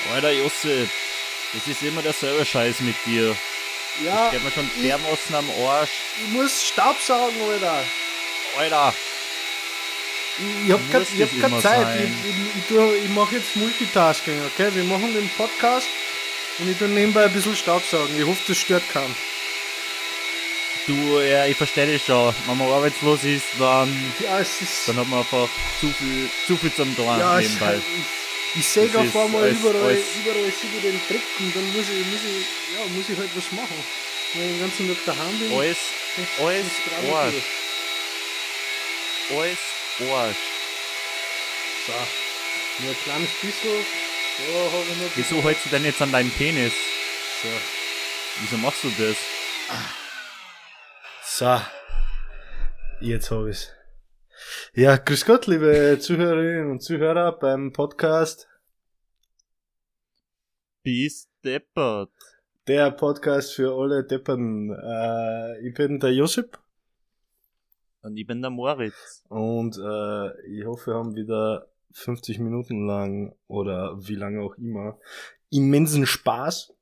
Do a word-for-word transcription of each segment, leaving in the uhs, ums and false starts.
Alter Josef, das ist immer derselbe Scheiß mit dir. Ja, Das geht mir schon ich, dermaßen am Arsch. ich muss Staubsaugen, Alter. Alter, Ich, ich hab muss keine ich das hab keine immer Zeit. sein? Ich, ich, ich, tu- ich mache jetzt Multitasking, okay? Wir machen den Podcast und ich tu nebenbei ein bisschen Staubsaugen. Ich hoffe, das stört keinen. Du, ja, ich verstehe dich schon. Wenn man arbeitslos ist, dann, Ja, es ist. dann hat man einfach zu viel, zu viel zum Tun Ja, es, nebenbei. ich, ich sehe Das auf ist einmal alles- überall, alles- überall sehe ich den Dreck und dann muss ich, muss ich, ja, muss ich halt was machen. Wenn ich den ganzen Tag daheim bin, Alles, dann- alles dann trau ich Arsch. durch. Alles Arsch. So, nur ein kleines bisschen. Da habe ich noch. Wieso hältst du denn jetzt an deinen Penis? So. Wieso machst du das? So, jetzt habe ich's. Ja, grüß Gott, liebe Zuhörerinnen und Zuhörer beim Podcast. Bist deppert. Der Podcast für alle Deppern. Äh, ich bin der Josip Und ich bin der Moritz. und äh, ich hoffe, wir haben wieder fünfzig Minuten lang oder wie lange auch immer immensen Spaß.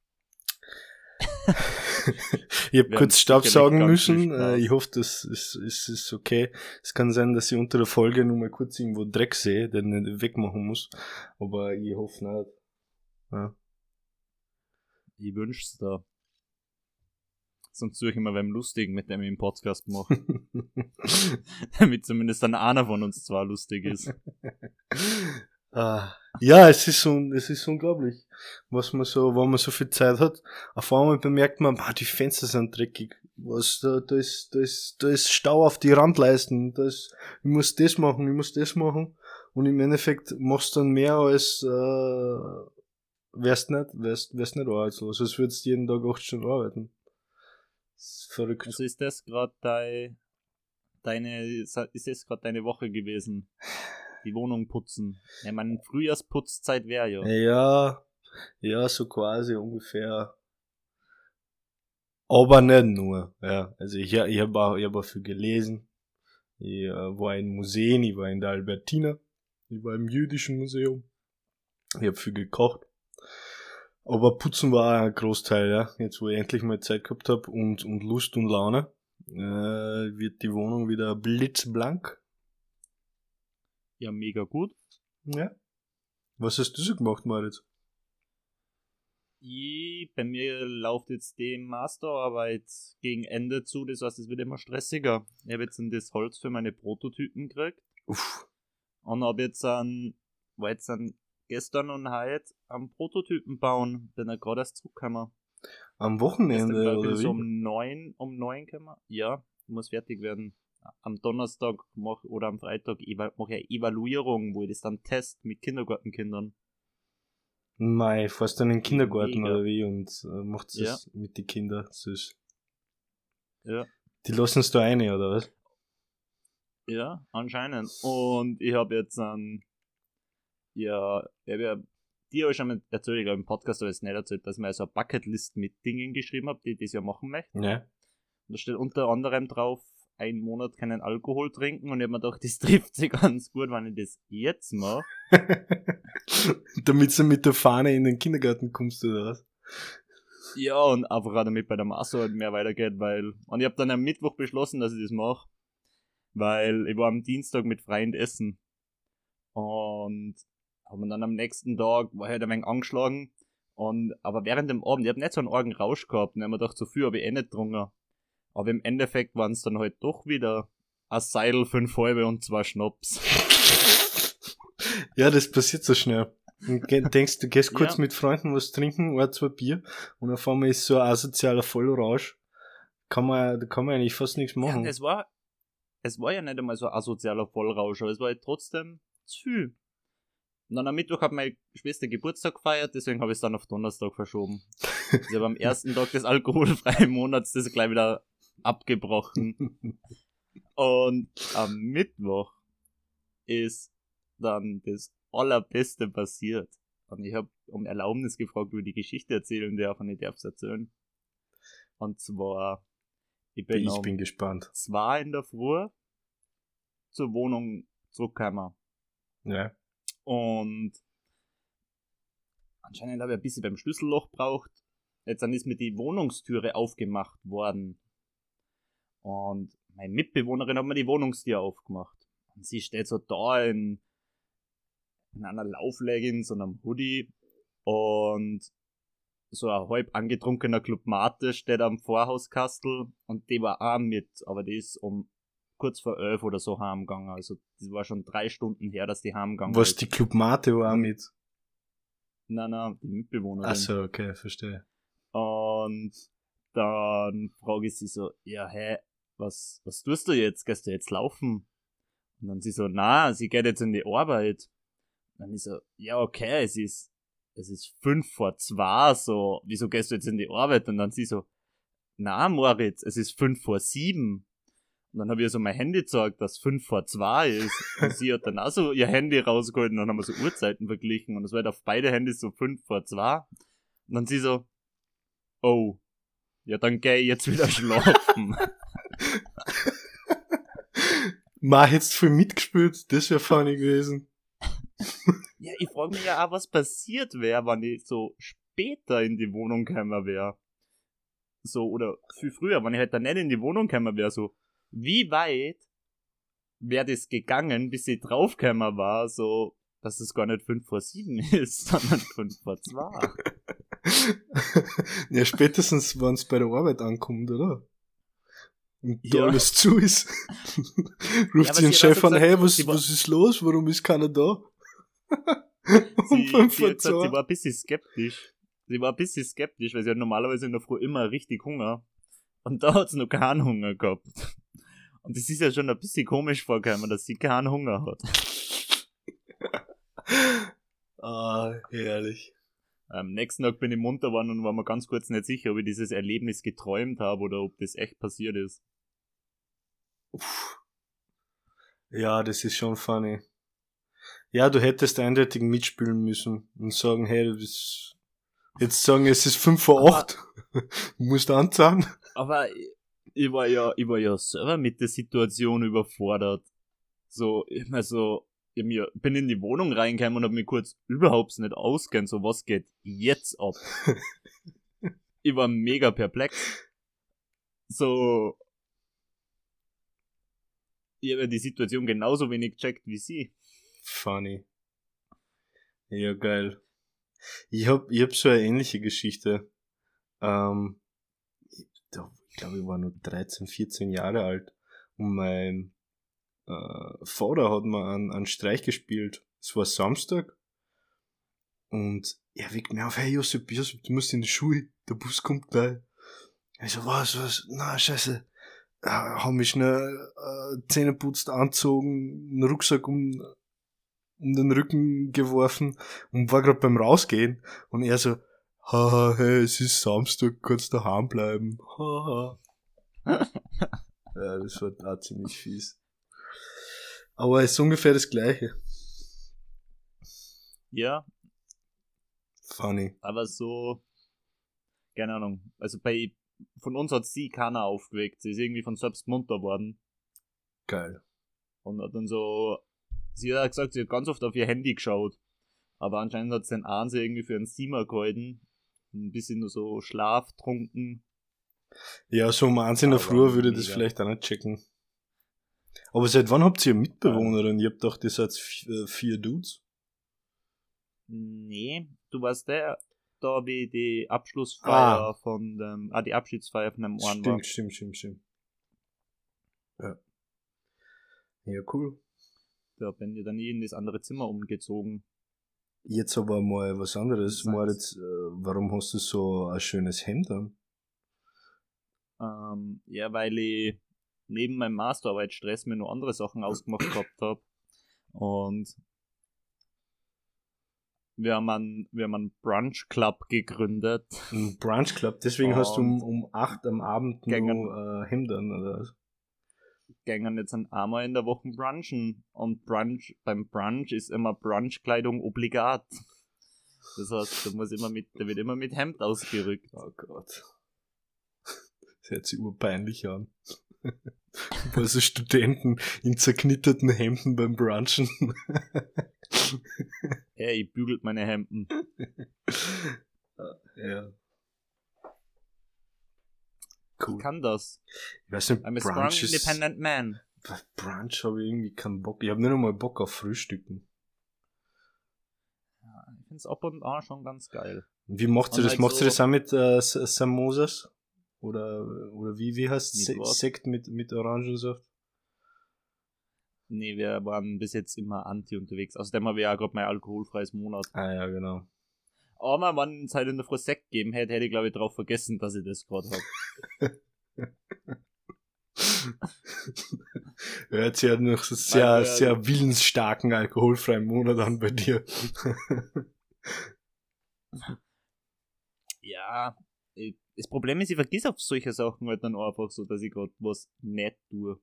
Ich habe Wir kurz haben Staubsaugen sicherlich ganz viel müssen. Spaß. Äh, ich hoffe, das ist, ist, ist okay. Es kann sein, dass ich unter der Folge nur mal kurz irgendwo Dreck sehe, den ich wegmachen muss. Aber ich hoffe nicht. Ja. Ich wünsch's da. Sonst suche ich immer wem Lustigen, mit dem ich einen Podcast mache. Damit zumindest dann einer von uns zwar lustig ist. Ah, ja, es ist un, es ist unglaublich, was man so, wenn man so viel Zeit hat, auf einmal bemerkt man, ah, die Fenster sind dreckig, was, da, da ist, da ist, da ist Stau auf die Randleisten, da ist, ich muss das machen, ich muss das machen, und im Endeffekt machst du dann mehr als, äh, wärst nicht, wärst, wärst nicht arbeitslos, als würdest du jeden Tag acht Stunden arbeiten. Das ist verrückt. Also ist das gerade dein, deine, ist das gerade deine Woche gewesen? Die Wohnung putzen. Ich meine, Frühjahrsputzzeit wäre ja. Ja, ja, so quasi ungefähr. Aber nicht nur, ja. Also ich, ich habe auch, ich hab auch viel gelesen. Ich äh, war in Museen, ich war in der Albertina, ich war im Jüdischen Museum. Ich habe viel gekocht. Aber Putzen war auch ein Großteil, ja. Jetzt, wo ich endlich mal Zeit gehabt habe und, und Lust und Laune, äh, wird die Wohnung wieder blitzblank. Ja, mega gut. Ja. Was hast du so gemacht, Moritz? Ich, bei mir läuft jetzt die Masterarbeit gegen Ende zu, das heißt, es wird immer stressiger. Ich habe jetzt das Holz für meine Prototypen gekriegt Uff. und habe jetzt an, war jetzt an gestern und heute am Prototypen bauen, bin ja gerade erst zurückgekommen. Am Gestern, Wochenende, glaub ich, oder so wie? um neun, um neun gekommen. Ja, muss fertig werden. Am Donnerstag mach, oder am Freitag eva- mache ich eine Evaluierung, wo ich das dann test mit Kindergartenkindern. Mei, fährst du in den Kindergarten Mega. oder wie und äh, macht Ja. es mit den Kindern süß. Ja. Die lassen es da rein, oder was? Ja, anscheinend. Und ich habe jetzt ein, ja, ich habe ja, die habe ich schon mal erzählt, ich glaube im Podcast habe ich es nicht erzählt, dass ich mir so eine Bucketlist mit Dingen geschrieben habe, die ich dieses Jahr machen möchte. Ja. Und da steht unter anderem drauf, einen Monat keinen Alkohol trinken und ich habe mir gedacht, das trifft sich ganz gut, wenn ich das jetzt mache. Damit du mit der Fahne in den Kindergarten kommst, oder was? Ja, und einfach auch damit bei der Masterarbeit mehr weitergeht, weil, und ich habe dann am Mittwoch beschlossen, dass ich das mache, weil ich war am Dienstag mit Freunden essen und haben dann am nächsten Tag, war ich halt ein wenig angeschlagen und, aber während dem Abend, ich hab nicht so einen argen Rausch gehabt und ich hab mir gedacht, so viel habe ich eh nicht getrunken. Aber im Endeffekt waren es dann halt doch wieder ein Seidel, fünf halbe und zwei Schnaps. Ja, das passiert so schnell. Und ge- denkst, du gehst kurz Ja. mit Freunden was trinken, ein, zwei Bier, und auf einmal ist so ein asozialer Vollrausch. Kann man, da kann man eigentlich fast nichts Ja, machen. es war, es war ja nicht einmal so ein asozialer Vollrausch, aber es war halt trotzdem zu viel. Und dann am Mittwoch hat meine Schwester Geburtstag gefeiert, deswegen habe ich es dann auf Donnerstag verschoben. Ich habe am ersten Tag des alkoholfreien Monats das gleich wieder abgebrochen. Und am Mittwoch ist dann das Allerbeste passiert. Und ich habe um Erlaubnis gefragt, wie ich die Geschichte erzählen darf, und ich darf es erzählen. Und zwar, ich bin, ich um bin gespannt. zwei in der Früh zur Wohnung zurückgekommen. Ja. Und anscheinend habe ich ein bisschen beim Schlüsselloch gebraucht. Jetzt dann ist mir die Wohnungstüre aufgemacht worden. Und meine Mitbewohnerin hat mir die Wohnungstür aufgemacht. Und sie steht so da in, in einer Lauflegging, so einem Hoodie. Und so ein halb angetrunkener Club Mate steht am Vorhauskastel. Und die war auch mit, aber die ist um kurz vor elf oder so heimgegangen. Also das war schon drei Stunden her, dass die heimgegangen Was, ist. die Club Mate war auch mit? Nein, nein, die Mitbewohnerin. Ach so, okay, verstehe. Und dann frage ich sie so, ja, hä, was, was tust du jetzt? Gehst du jetzt laufen? Und dann sie so, na, sie geht jetzt in die Arbeit. Und dann ich so, ja, okay, es ist, es ist fünf vor zwei, so, wieso gehst du jetzt in die Arbeit? Und dann sie so, na, Moritz, es ist fünf vor sieben. Und dann habe ich ihr so mein Handy gezeigt, dass fünf vor zwei ist. Und sie hat dann auch so ihr Handy rausgeholt und dann haben wir so Uhrzeiten verglichen. Und es war halt auf beide Handys so fünf vor zwei. Und dann sie so, oh, ja, dann geh ich jetzt wieder schlafen. Ma, hättest du viel mitgespielt, das wäre funny gewesen. Ja, ich frage mich ja auch, was passiert wäre, wenn ich so später in die Wohnung gekommen wäre. So, oder viel früher, wenn ich halt dann nicht in die Wohnung gekommen wäre, so, wie weit wäre das gegangen, bis ich draufgekommen war, so, dass es gar nicht fünf vor sieben ist, sondern fünf vor zwei. Ja, spätestens, wenn es bei der Arbeit ankommt, oder? Und da Ja. alles zu ist. Ruft Ja, sie den aber sie hat Chef also an, gesagt, hey, was, sie war- was ist los? Warum ist keiner da? um Sie, fünf sie, vor hat gesagt, sie zwei. war ein bisschen skeptisch. Sie war ein bisschen skeptisch, weil sie hat normalerweise in der Früh immer richtig Hunger. Und da hat sie noch keinen Hunger gehabt. Und das ist ja schon ein bisschen komisch vorgekommen, dass sie keinen Hunger hat. Ah, herrlich. Am nächsten Tag bin ich munter geworden und war mir ganz kurz nicht sicher, ob ich dieses Erlebnis geträumt habe oder ob das echt passiert ist. Uff. Ja, das ist schon funny. Ja, du hättest eindeutig mitspielen müssen und sagen, hey, du bist, jetzt sagen, es ist fünf vor Aber- acht. Du musst anzahlen. Aber ich, ich war ja, ich war ja selber mit der Situation überfordert. So, ich mein so, ich mir, bin in die Wohnung reingekommen und hab mich kurz überhaupt nicht auskennt, so was geht jetzt ab. Ich war mega perplex. So, ich habe ja die Situation genauso wenig gecheckt wie sie. Funny. Ja, geil. Ich hab, ich hab so eine ähnliche Geschichte. Ähm, ich, da- ich glaube, ich war nur dreizehn, vierzehn Jahre alt und mein äh, Vater hat mir einen, einen Streich gespielt. Es war Samstag und er weckt mir auf, hey Josip, Josip, du musst in die Schule, der Bus kommt gleich. Ich so, was, was, na, scheiße. Ja, hab mich schnell äh, Zähne putzt, angezogen, einen Rucksack um, um den Rücken geworfen und war gerade beim Rausgehen und er so, haha, hey, es ist Samstag, kannst daheim bleiben. Haha. Ja, das war auch ziemlich fies. Aber es ist ungefähr das Gleiche. Ja, Funny. aber so, keine Ahnung. Also bei, von uns hat sie keiner aufgeweckt. Sie ist irgendwie von selbst munter worden. Geil. Und hat dann so, sie hat auch gesagt, sie hat ganz oft auf ihr Handy geschaut. Aber anscheinend hat sie den einen sie irgendwie für einen Siemer gehalten. Ein bisschen nur so schlaftrunken. Ja, so um eins in der Aber Früh würde ich das mega. vielleicht auch nicht checken. Aber seit wann habt ihr eine Mitbewohnerin? Ich hab gedacht, ihr seid vier, vier Dudes. Nee, du warst der, da wie die Abschlussfeier Ah. von dem, ah, die Abschiedsfeier von dem einen war. Stimmt, stimmt, stimmt, stimmt. Ja. Ja, cool. Da bin ich dann nie in das andere Zimmer umgezogen. Jetzt aber mal was anderes. Sag's. Moritz, äh, warum hast du so ein schönes Hemd an? Ähm, ja, weil ich neben meinem Masterarbeitsstress mir noch andere Sachen ausgemacht gehabt habe. Und wir haben einen, wir haben einen Brunch Club gegründet. Ein Brunch Club, deswegen hast du um, Und um acht am Abend gängen- noch äh, Hemd an, oder was? Gängen jetzt ein einmal in der Woche brunchen. Und Brunch, beim Brunch ist immer Brunchkleidung obligat. Das heißt, da muss immer mit, da wird immer mit Hemd ausgerückt. Oh Gott. Das hört sich urpeinlich an. Also Studenten in zerknitterten Hemden beim Brunchen. Ja, ich bügelt meine Hemden. Ja. Cool. Ich kann das. Ich weiß nicht, I'm a Brunch strong, ist, independent man. Brunch habe ich irgendwie keinen Bock. Ich habe nicht einmal Bock auf Frühstücken. Ja, ich finde es ab und an schon ganz geil. Wie macht ihr das? Halt Macht so ihr das auch mit äh, Samosas? Oder, oder wie, wie heißt Mit Se was? Sekt mit, mit Orangensaft? Nee, wir waren bis jetzt immer anti unterwegs. Außerdem haben wir ja gerade mein alkoholfreies Monat. Ah ja, genau. Aber wenn es halt in der Früh Sekt gegeben hätte, hätte ich glaube ich drauf vergessen, dass ich das gerade habe. Hört sich ja noch so sehr, Weil wir- sehr willensstarken alkoholfreien Monat an bei dir. Ja, ich- das Problem ist, ich vergiss auf solche Sachen halt dann einfach so, dass ich gerade was nicht tue.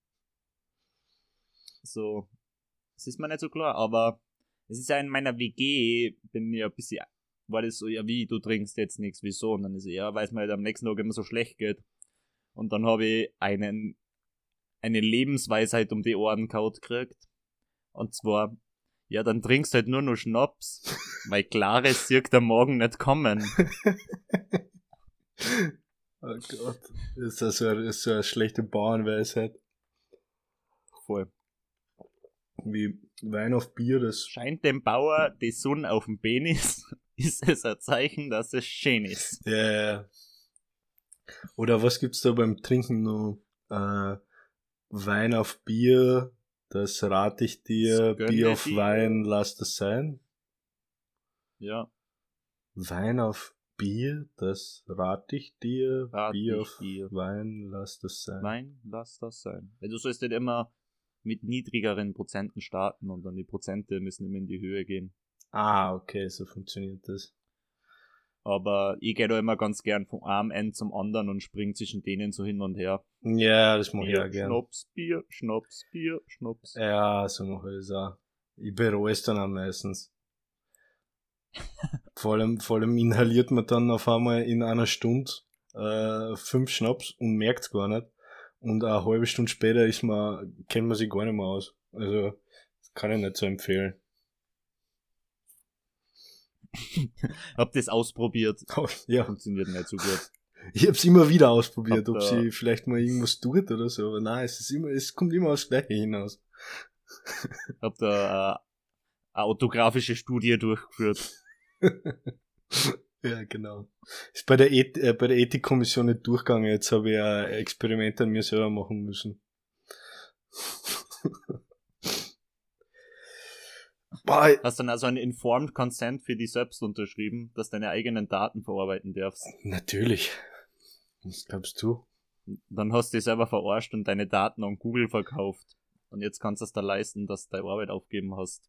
So, das ist mir nicht so klar, aber es ist ja in meiner W G, bin ich ein bisschen, war das so, ja wie, du trinkst jetzt nichts, wieso? Und dann ist so, ja, weil es mir halt am nächsten Tag immer so schlecht geht. Und dann habe ich einen, eine Lebensweisheit um die Ohren kaut gekriegt. Und zwar, ja, dann trinkst halt nur noch Schnaps, weil klares sieht der Morgen nicht kommen. Oh Gott. Das ist so eine, so eine schlechte Bauernweisheit. Voll. Wie Wein auf Bier, das. Scheint dem Bauer die Sonne auf dem Penis, ist es ein Zeichen, dass es schön ist. Ja, ja, ja. Oder was gibt's da beim Trinken noch? Äh, Wein auf Bier, das rate ich dir. Das gönne Bier auf dir. Wein, lass das sein. Ja, Wein auf Bier, das rate ich dir. Rat Bier ich auf dir. Wein, lass das sein. nein, lass das sein. Weil du sollst nicht immer mit niedrigeren Prozenten starten und dann die Prozente müssen immer in die Höhe gehen. Ah, okay, so funktioniert das. Aber ich gehe da immer ganz gern vom einen Ende zum anderen und spring zwischen denen so hin und her. Ja, das mache ich Bier, auch gern. Schnaps, Bier, Schnaps, Bier, Schnaps. Ja, so mache ich es auch. Ich bereue es dann auch meistens. Vor allem, vor allem inhaliert man dann auf einmal in einer Stunde äh, fünf Schnaps und merkt's gar nicht. Und eine halbe Stunde später ist man, kennt man sich gar nicht mehr aus. Also, das kann ich nicht so empfehlen. Hab das ausprobiert. Ja, Funktioniert nicht so gut. ich hab's immer wieder ausprobiert, Hab ob da- sie vielleicht mal irgendwas tut oder so, aber nein, es ist immer, es kommt immer aufs Gleiche hinaus. Hab da äh, eine autografische Studie durchgeführt. Ja, genau. Ist bei der, Eth äh, bei der Ethikkommission nicht durchgegangen, jetzt habe ich ein Experiment an mir selber machen müssen. Boah, Hast dann also einen Informed Consent für dich selbst unterschrieben, dass deine eigenen Daten verarbeiten darfst. natürlich. Was glaubst du? Dann hast du dich selber verarscht und deine Daten an Google verkauft. Und jetzt kannst du es da leisten, dass du deine Arbeit aufgeben hast.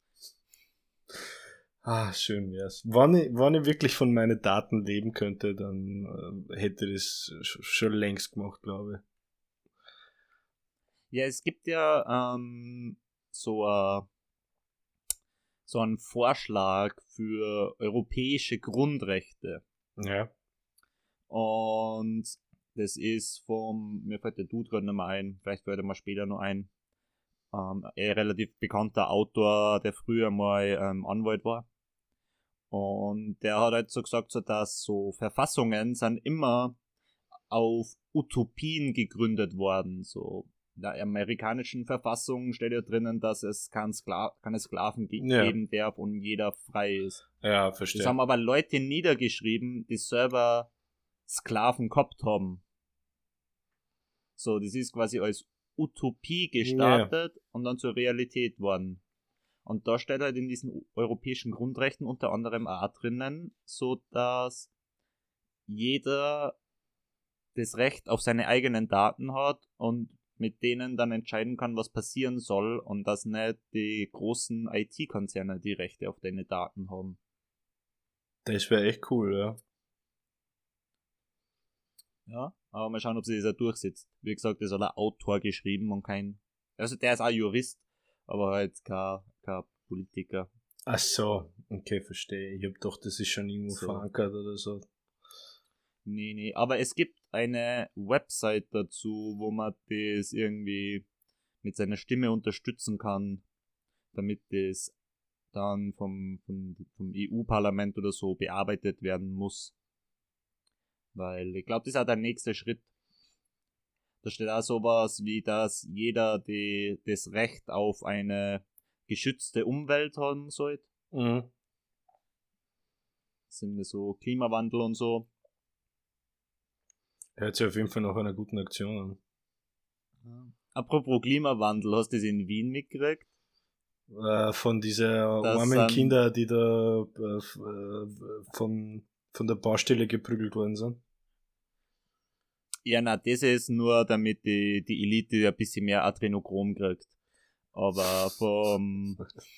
Ah, schön wär's. Wenn ich, wenn ich wirklich von meinen Daten leben könnte, dann äh, hätte ich das sch- schon längst gemacht, glaube Ja, es gibt ja ähm, so, äh, so einen Vorschlag für europäische Grundrechte. ich. Ja. Und das ist vom, mir fällt der Dude gerade nicht mehr ein, vielleicht fällt er mal später noch ein, ähm, ein relativ bekannter Autor, der früher mal ähm, Anwalt war. Und der hat halt so gesagt, so, dass so Verfassungen sind immer auf Utopien gegründet worden. So in der amerikanischen Verfassung steht ja drinnen, dass es kein Skla keine Sklaven ge Ja. geben darf und jeder frei ist. Ja, Das verstehe. haben aber Leute niedergeschrieben, die selber Sklaven gehabt haben. So, das ist quasi als Utopie gestartet und dann zur Realität worden. Und da steht halt in diesen europäischen Grundrechten unter anderem auch drinnen, so dass jeder das Recht auf seine eigenen Daten hat und mit denen dann entscheiden kann, was passieren soll und dass nicht die großen I T-Konzerne die Rechte auf deine Daten haben. Das wäre echt cool, ja. Ja, aber mal schauen, ob sie das auch durchsetzt. Wie gesagt, das hat ein Autor geschrieben und kein, also der ist auch Jurist, aber halt kein, kein Politiker. Ach so, okay, verstehe. Ich hab doch, das ist schon irgendwo So. verankert oder so. Nee, nee. Aber es gibt eine Website dazu, wo man das irgendwie mit seiner Stimme unterstützen kann, damit das dann vom, vom, vom E U-Parlament oder so bearbeitet werden muss. Weil ich glaube, das ist auch der nächste Schritt. Da steht auch sowas wie, dass jeder die, das Recht auf eine geschützte Umwelt haben sollte. Mhm. Das sind das so Klimawandel und so. Hört sich auf jeden Fall nach einer guten Aktion an. Ja. Apropos Klimawandel, hast du das in Wien mitgekriegt? Äh, von diesen Das armen sind- Kindern, die da äh, f- äh, von, von der Baustelle geprügelt worden sind. Ja, na, das ist nur, damit die, die Elite ein bisschen mehr Adrenochrom kriegt. Aber vom,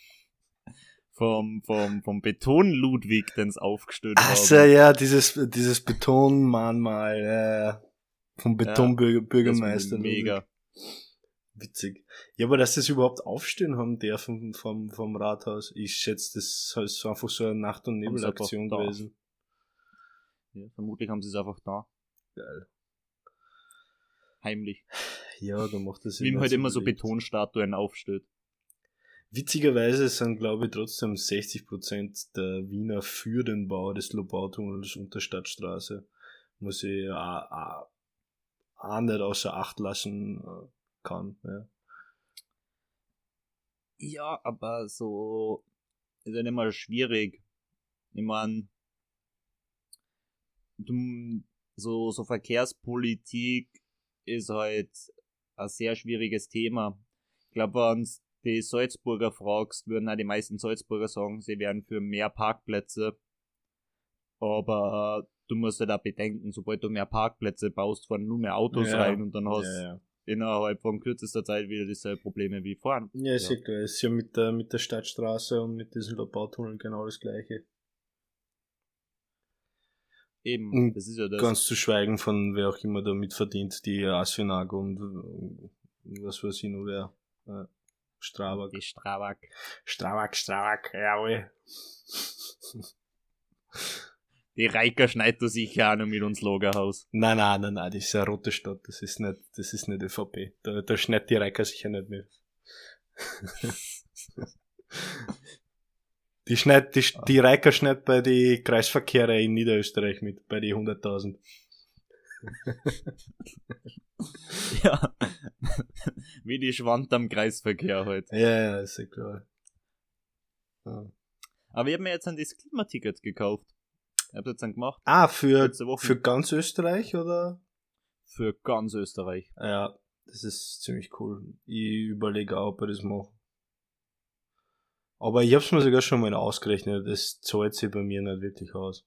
vom, vom, vom Beton-Ludwig, den sie aufgestellt Ach haben. so, ja, dieses, dieses Betonmahnmal äh, vom das Betonbürgermeister. war mega. Witzig. Ja, aber dass das überhaupt aufstehen haben dürfen vom, vom Rathaus, ich schätze, das ist einfach so eine Nacht- und Haben sie einfach Nebelaktion da. gewesen. Ja, vermutlich haben sie es einfach da. Geil. Heimlich. Ja, da macht das Wie ihm halt immer so überlegt. Betonstatuen aufstellt. Witzigerweise sind, glaube ich, trotzdem sechzig Prozent der Wiener für den Bau des Lobautunnels unter Stadtstraße. Muss ich auch, auch, auch nicht außer Acht lassen äh, kann. Ja. Ja, aber so ist ja nicht mal schwierig. Ich mein, du, so, so Verkehrspolitik ist halt ein sehr schwieriges Thema. Ich glaube, wenn du die Salzburger fragst, würden auch die meisten Salzburger sagen, sie wären für mehr Parkplätze. Aber äh, du musst halt auch bedenken, sobald du mehr Parkplätze baust, fahren nur mehr Autos Ja. rein und dann hast Ja, ja. innerhalb von kürzester Zeit wieder dieselben Probleme wie vorhin. Ja, ist ja klar. Ist ja mit der, mit der Stadtstraße und mit diesem Lobautunnel genau das Gleiche. Eben, Und das ist ja das. Ganz zu schweigen von wer auch immer da mitverdient, die Asfinag und äh, was weiß ich noch wer. Äh, Strabag. Die Strabag. Strabag, Strabag, jawohl. Die Reiker schneidet er sicher auch noch mit uns Lagerhaus. Nein, nein, nein, nein, das ist eine rote Stadt, das ist nicht, das ist nicht ÖVP. Da, da schneidet die Reiker sicher nicht mit. Die schneidet, die, die Reiker schneidet bei die Kreisverkehre in Niederösterreich mit, bei die hunderttausend. Ja. Wie die Schwand am Kreisverkehr halt. Ja, ja, ist ja klar. Ja. Aber ich habe mir jetzt dann das Klimaticket gekauft. Ich habe jetzt dann gemacht. Ah, für, Letzte Woche. für ganz Österreich, oder? Für ganz Österreich. Ja, das ist ziemlich cool. Ich überlege auch, ob ich das mache. Aber ich hab's mir sogar schon mal ausgerechnet, das zahlt sich bei mir nicht wirklich aus.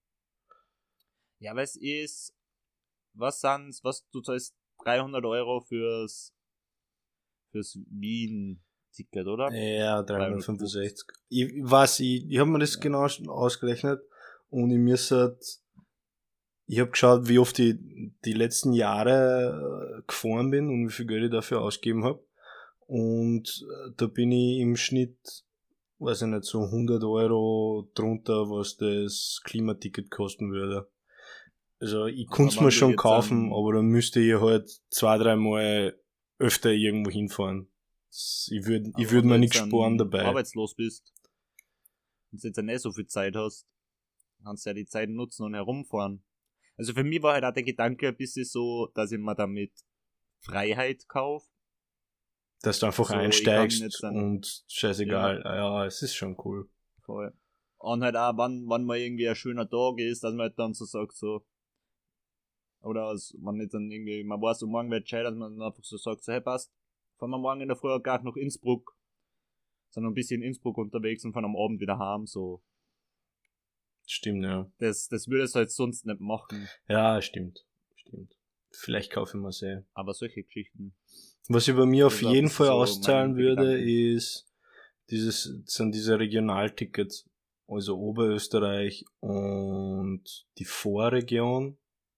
Ja, weil es ist, was sind's, was du zahlst dreihundert Euro fürs, fürs Wien-Ticket, oder? Ja, dreihundertfünfundsechzig. Ich, ich weiß, ich, ich hab mir das Ja. genau ausgerechnet und ich müsste, ich hab geschaut, wie oft ich die letzten Jahre äh, gefahren bin und wie viel Geld ich dafür ausgegeben hab. Und äh, da bin ich im Schnitt, weiß ich nicht, so hundert Euro drunter, was das Klimaticket kosten würde. Also ich Aber kann's wenn mir du schon jetzt kaufen, an- aber dann müsste ich halt zwei, dreimal öfter irgendwo hinfahren. Das- Ich würde ich Aber würd wenn mir du nichts jetzt sparen dann dabei. arbeitslos bist und jetzt ja nicht so viel Zeit hast, kannst du ja die Zeit nutzen und herumfahren. Also für mich war halt auch der Gedanke ein bisschen so, dass ich mir damit Freiheit kaufe. Dass du einfach So, ich kann einsteigst jetzt dann- und scheißegal. Ja. ja, es ist schon cool. Voll. Und halt auch, wann, wann mal irgendwie ein schöner Tag ist, dass man halt dann so sagt, so, oder als, wenn nicht dann irgendwie, man weiß, so morgen wird schön, dass man dann einfach so sagt, so, hey, passt, fahren wir morgen in der Früh gar nach Innsbruck, sind noch ein bisschen in Innsbruck unterwegs und fahren am Abend wieder heim, so. Stimmt, ja. Das, das würde es halt sonst nicht machen, Ja, stimmt. Stimmt. Vielleicht kaufe ich mir sie. aber solche Geschichten. Was ich bei mir auf Das ist auch jeden ein bisschen Fall so auszahlen mein würde, Gedanken. ist dieses, sind diese Regionaltickets, also Oberösterreich und die Vorregion.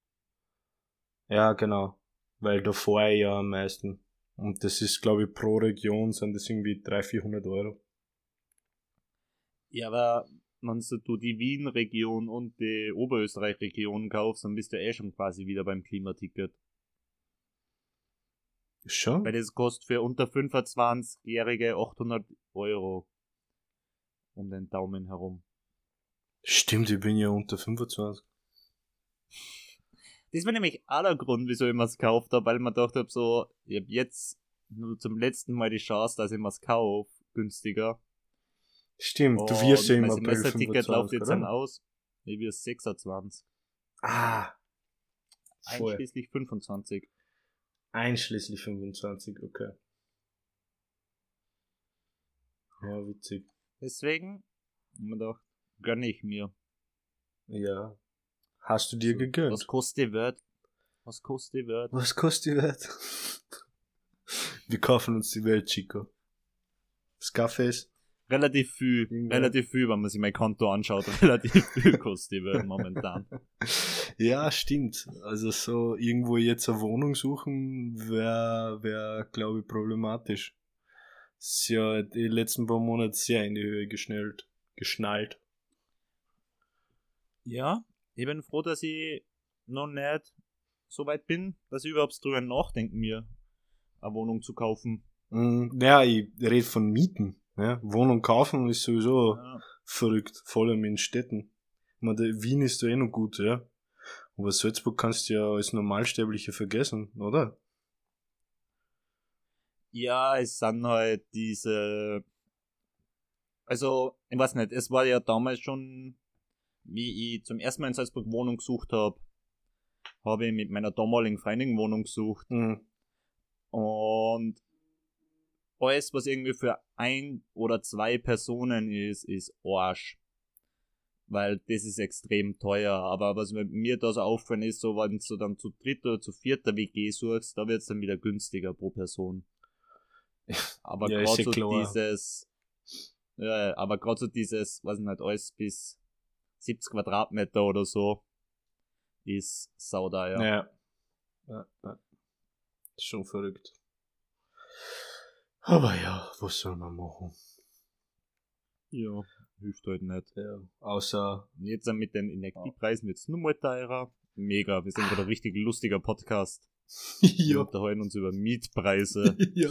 Ja, genau. Weil da fahre ich ja am meisten. Und das ist, glaube ich, pro Region sind das irgendwie dreihundert, vierhundert Euro. Ja, aber wenn du die Wien-Region und die Oberösterreich-Region kaufst, dann bist du eh schon quasi wieder beim Klimaticket. Schon? Weil das kostet für unter fünfundzwanzigjährige achthundert Euro. Um den Daumen herum. Stimmt, ich bin ja unter fünfundzwanzig. Das war nämlich auch der Grund, wieso ich mir's gekauft habe, weil ich mir gedacht habe, so, ich hab jetzt nur zum letzten Mal die Chance, dass ich mir's kaufe, günstiger. Stimmt, Und du wirst ja im mein April Semesterticket läuft fünfundzwanzig, jetzt dann oder? aus. Ich wirst sechsundzwanzig. Ah, voll. Einschließlich fünfundzwanzig. Einschließlich fünfundzwanzig, okay. Ja, witzig. Deswegen, hab ich mir gedacht, gönne ich mir. Ja. Hast du dir So, gegönnt? Was kostet die Wert? Was kostet die Wert? Was kostet die Welt? Wir kaufen uns die Welt, Chico. Scarface. Relativ viel, Irgendwo. relativ viel, wenn man sich mein Konto anschaut, relativ viel kostet die Welt momentan. Ja, stimmt. Also so irgendwo jetzt eine Wohnung suchen wäre, wär, glaube ich, problematisch. Ist ja die letzten paar Monate sehr in die Höhe geschnellt, geschnallt. Ja, ich bin froh, dass ich noch nicht so weit bin, dass ich überhaupt drüber nachdenke, mir eine Wohnung zu kaufen. Mm, ja, ich rede von Mieten. Ja. Wohnung kaufen ist sowieso Ja. verrückt, vor allem in Städten. Ich meine, der Wien ist da eh noch gut, ja. Aber Salzburg kannst du ja als Normalsterblicher vergessen, oder? Ja, es sind halt diese, also, ich weiß nicht, es war ja damals schon, wie ich zum ersten Mal in Salzburg Wohnung gesucht habe, habe ich mit meiner damaligen Freundin Wohnung gesucht. Mhm. Und alles, was irgendwie für ein oder zwei Personen ist, ist Arsch. Weil das ist extrem teuer. Aber was mir da so auffällt ist, so wenn du dann zu dritt oder zu vierter W G suchst, da wird's dann wieder günstiger pro Person. Aber Ja, ist gerade ja so klar. dieses, ja, aber gerade so dieses, weiß nicht, alles bis siebzig Quadratmeter oder so, ist sauteuer. Ja. Ja, ja. Ist schon verrückt. Aber ja, was soll man machen? Ja, hilft halt nicht. Ja, außer, Und jetzt mit den Energiepreisen wird's nur mal teurer. Mega, wir sind gerade ein richtig lustiger Podcast. Wir ja, unterhalten uns über Mietpreise. ja.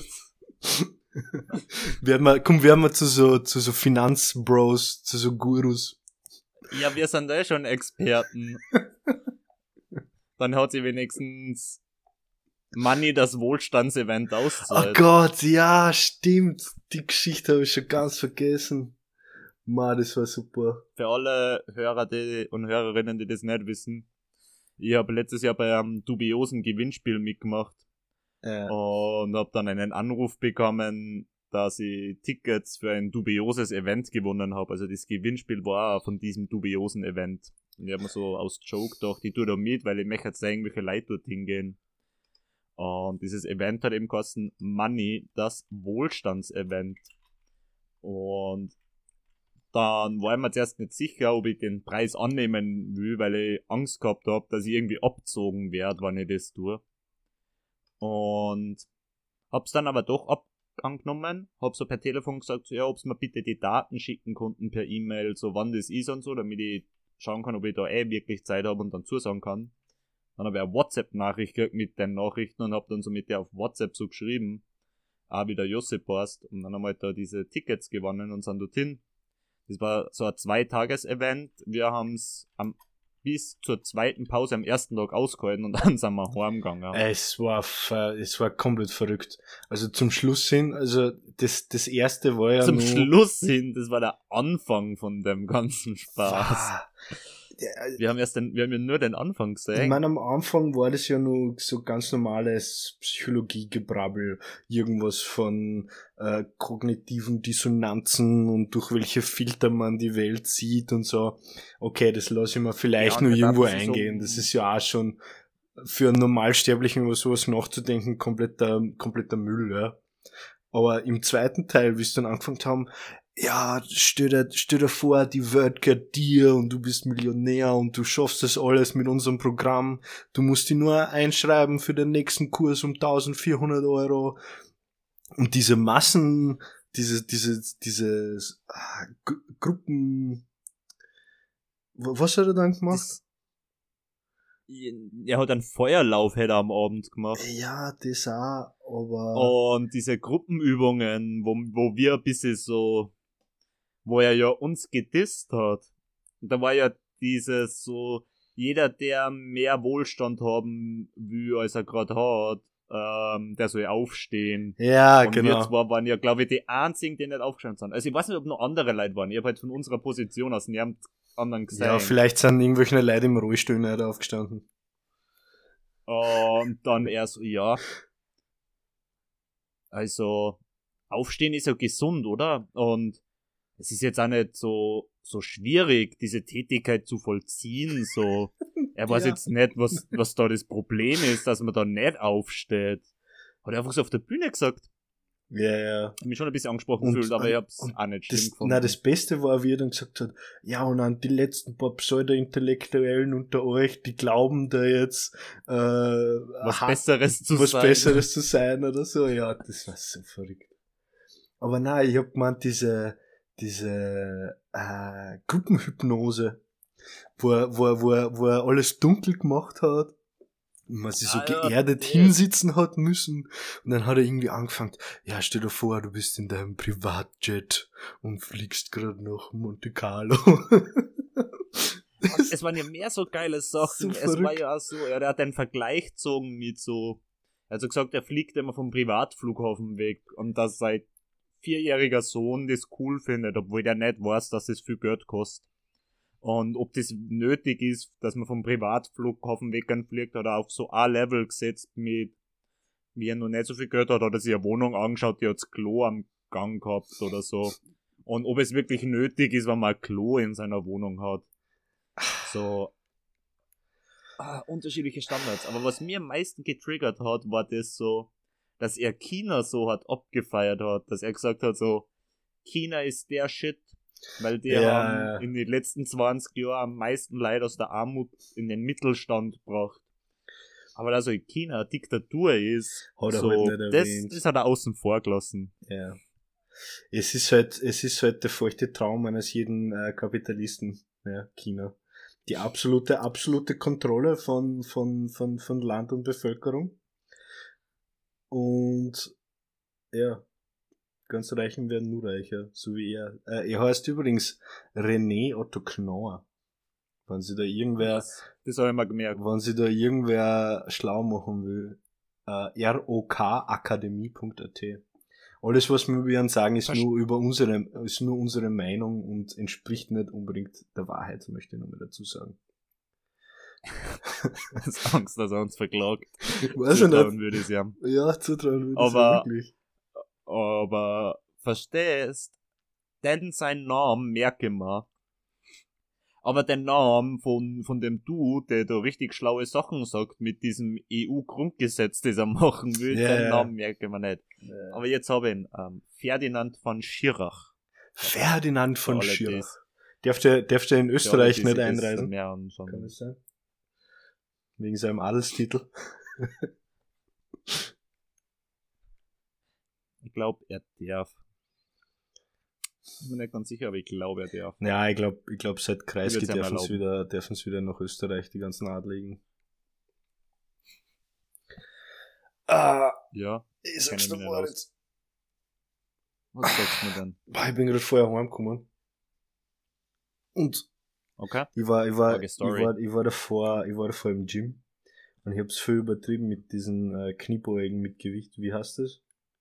werden wir, komm, werden wir zu so, zu so Finanzbros, zu so Gurus. Ja, wir sind da eh schon Experten. Dann hat sie wenigstens Money das Wohlstandsevent Oh auszahlt. Gott, ja, stimmt. Die Geschichte habe ich schon ganz vergessen. Ma, das war super. Für alle Hörer die, und Hörerinnen, die das nicht wissen, ich habe letztes Jahr bei einem dubiosen Gewinnspiel mitgemacht Äh, und habe dann einen Anruf bekommen, dass ich Tickets für ein dubioses Event gewonnen habe. Also das Gewinnspiel war auch von diesem dubiosen Event. Und ich habe mir so aus Joke gedacht, ich tue da mit, weil ich möchte jetzt sehen, welche Leute dort hingehen. Und dieses Event hat eben geheißen Money, das Wohlstandsevent. Und dann war ich mir zuerst nicht sicher, ob ich den Preis annehmen will, weil ich Angst gehabt habe, dass ich irgendwie abgezogen werde, wenn ich das tue. Und hab's dann aber doch ab angenommen, hab so per Telefon gesagt, so, ja, ob's mir bitte die Daten schicken konnten per E-Mail, so wann das ist und so, damit ich schauen kann, ob ich da eh wirklich Zeit habe und dann zusagen kann. Dann habe ich eine WhatsApp-Nachricht gekriegt mit den Nachrichten und hab dann so mit der auf WhatsApp so geschrieben, auch wie der Josip passt. Und dann haben wir halt da diese Tickets gewonnen und sind dorthin. Das war so ein Zweitages-Event. Wir haben's am, bis zur zweiten Pause am ersten Tag ausgehalten und dann sind wir heimgegangen. es war, ver- es war komplett verrückt. Also zum Schluss hin, also das, das erste war ja Zum nur, Schluss hin, das war der Anfang von dem ganzen Spaß. Ah, der- Wir haben erst den, wir haben ja nur den Anfang Ich gesehen. meine, am Anfang war das ja nur so ganz normales Psychologiegebrabbel, irgendwas von äh, kognitiven Dissonanzen und durch welche Filter man die Welt sieht und so. Okay, das lasse ich mir vielleicht Ja, und nur dann irgendwo darf es so- eingehen. Das ist ja auch schon für einen Normalsterblichen über sowas nachzudenken kompletter, kompletter Müll, ja. Aber im zweiten Teil, wie sie dann angefangen haben, ja, stell dir, stell dir vor, die Welt gehört dir und du bist Millionär und du schaffst das alles mit unserem Programm. Du musst die nur einschreiben für den nächsten Kurs um eintausendvierhundert Euro. Und diese Massen, diese, diese, diese ah, Gru- Gruppen, Was hat er dann gemacht? Das, er hat einen Feuerlauf hätte er am Abend gemacht. Ja, das auch, aber... Und diese Gruppenübungen, wo, wo wir ein bisschen so, wo er ja uns gedisst hat. Da war ja dieses so, jeder, der mehr Wohlstand haben will, als er gerade hat, ähm, der soll aufstehen. Ja, und genau. wir zwar waren ja, glaube ich, die einzigen, die nicht aufgestanden sind. Also ich weiß nicht, ob noch andere Leute waren. Ich habe halt von unserer Position aus nirgend anderen gesehen. Ja, vielleicht sind irgendwelche Leute im Rollstuhl nicht aufgestanden. Und dann er so, ja. Also, aufstehen ist ja gesund, oder? Und es ist jetzt auch nicht so, so schwierig, diese Tätigkeit zu vollziehen, so. Er weiß Ja. jetzt nicht, was, was da das Problem ist, dass man da nicht aufsteht. Hat er einfach so auf der Bühne gesagt. Ja, ja. Ich hab mich schon ein bisschen angesprochen Und- gefühlt, aber ich hab's und auch nicht schlimm Das, gefunden. nein, das Beste war, wie er dann gesagt hat, ja, und an die letzten paar Pseudo-Intellektuellen unter euch, die glauben da jetzt, äh, was hart- Besseres zu was sein. Besseres zu sein oder so. Ja, das war so verrückt. Aber nein, ich hab gemeint, diese, diese, äh, Gruppenhypnose, wo er, wo er, wo er, wo er alles dunkel gemacht hat, und man sich so Ah, ja, geerdet das. hinsitzen hat müssen. Und dann hat er irgendwie angefangen, ja, stell dir vor, du bist in deinem Privatjet und fliegst gerade nach Monte Carlo. Und es waren ja mehr so geile Sachen. So es war verrückt. ja auch so, ja, der hat einen Vergleich gezogen mit so, also gesagt, er fliegt immer vom Privatflughafen weg und dass sein vierjähriger Sohn das cool findet, obwohl der nicht weiß, dass es viel Geld kostet. Und ob das nötig ist, dass man vom Privatflughafen wegfliegt, hat er auf so ein Level gesetzt mit, wie er noch nicht so viel Geld hat, hat er sich eine Wohnung angeschaut, die hat das Klo am Gang gehabt oder so. Und ob es wirklich nötig ist, wenn man ein Klo in seiner Wohnung hat. So, ah, unterschiedliche Standards. Aber was mir am meisten getriggert hat, war das so, dass er China so hat abgefeiert hat, dass er gesagt hat so, China ist der Shit, weil die Ja, haben ja. in den letzten zwanzig Jahren am meisten Leute aus der Armut in den Mittelstand gebracht. Aber da so in China eine Diktatur ist, Hat er so, halt nicht das, erwähnt. das hat er außen vor gelassen. Ja. Es ist halt, es ist halt der feuchte Traum eines jeden äh, Kapitalisten, ja, China. Die absolute, absolute Kontrolle von, von, von, von Land und Bevölkerung. Und, ja, ganz Reichen werden nur reicher, so wie er. Äh, er heißt übrigens René Otto Knorr. Wenn sie da irgendwer, Das, das habe ich mal gemerkt. wenn sie da irgendwer schlau machen will, äh, rokakademie punkt at. Alles, was wir über ihn sagen, ist Verst- nur über unsere, ist nur unsere Meinung und entspricht nicht unbedingt der Wahrheit, möchte ich nochmal dazu sagen. Hast Angst, dass er uns verklagt. Weiß ich Zutrauen nicht. würde ich ihm. Ja, zutrauen würde ich Aber- wirklich. Aber, verstehst, denn sein Name merke ich mir. Aber der Name von, von dem Dude, der da richtig schlaue Sachen sagt mit diesem E U-Grundgesetz, das er machen will, Ja, den ja. Namen merke ich mir nicht. Ja. Aber jetzt habe ich ihn, ähm, Ferdinand von Schirach. Ferdinand von Für alle, Schirach. die's- Darf der, darf der in für alle, Österreich die nicht sich das einreisen? mehr anschauen. Kann das sein? Wegen seinem Adelstitel. Ich glaube, er darf. Ich bin mir nicht ganz sicher, aber ich glaube, er darf. Ja, ich glaube, ich glaub, seit Ich Kreisky würd's ihm dürfen sie erlauben. wieder, dürfen sie wieder nach Österreich, die ganzen Adligen. Ah, Ja, ich Kenn sag's ich dir mich mal nicht jetzt. was sagst du mir denn? Boah, ich bin gerade vorher heimgekommen. Und Okay? ich war, ich war, Frage ich Story. war, ich war davor, ich war davor im Gym. Und ich hab's viel übertrieben mit diesen äh, Kniebeugen mit Gewicht. Wie heißt das?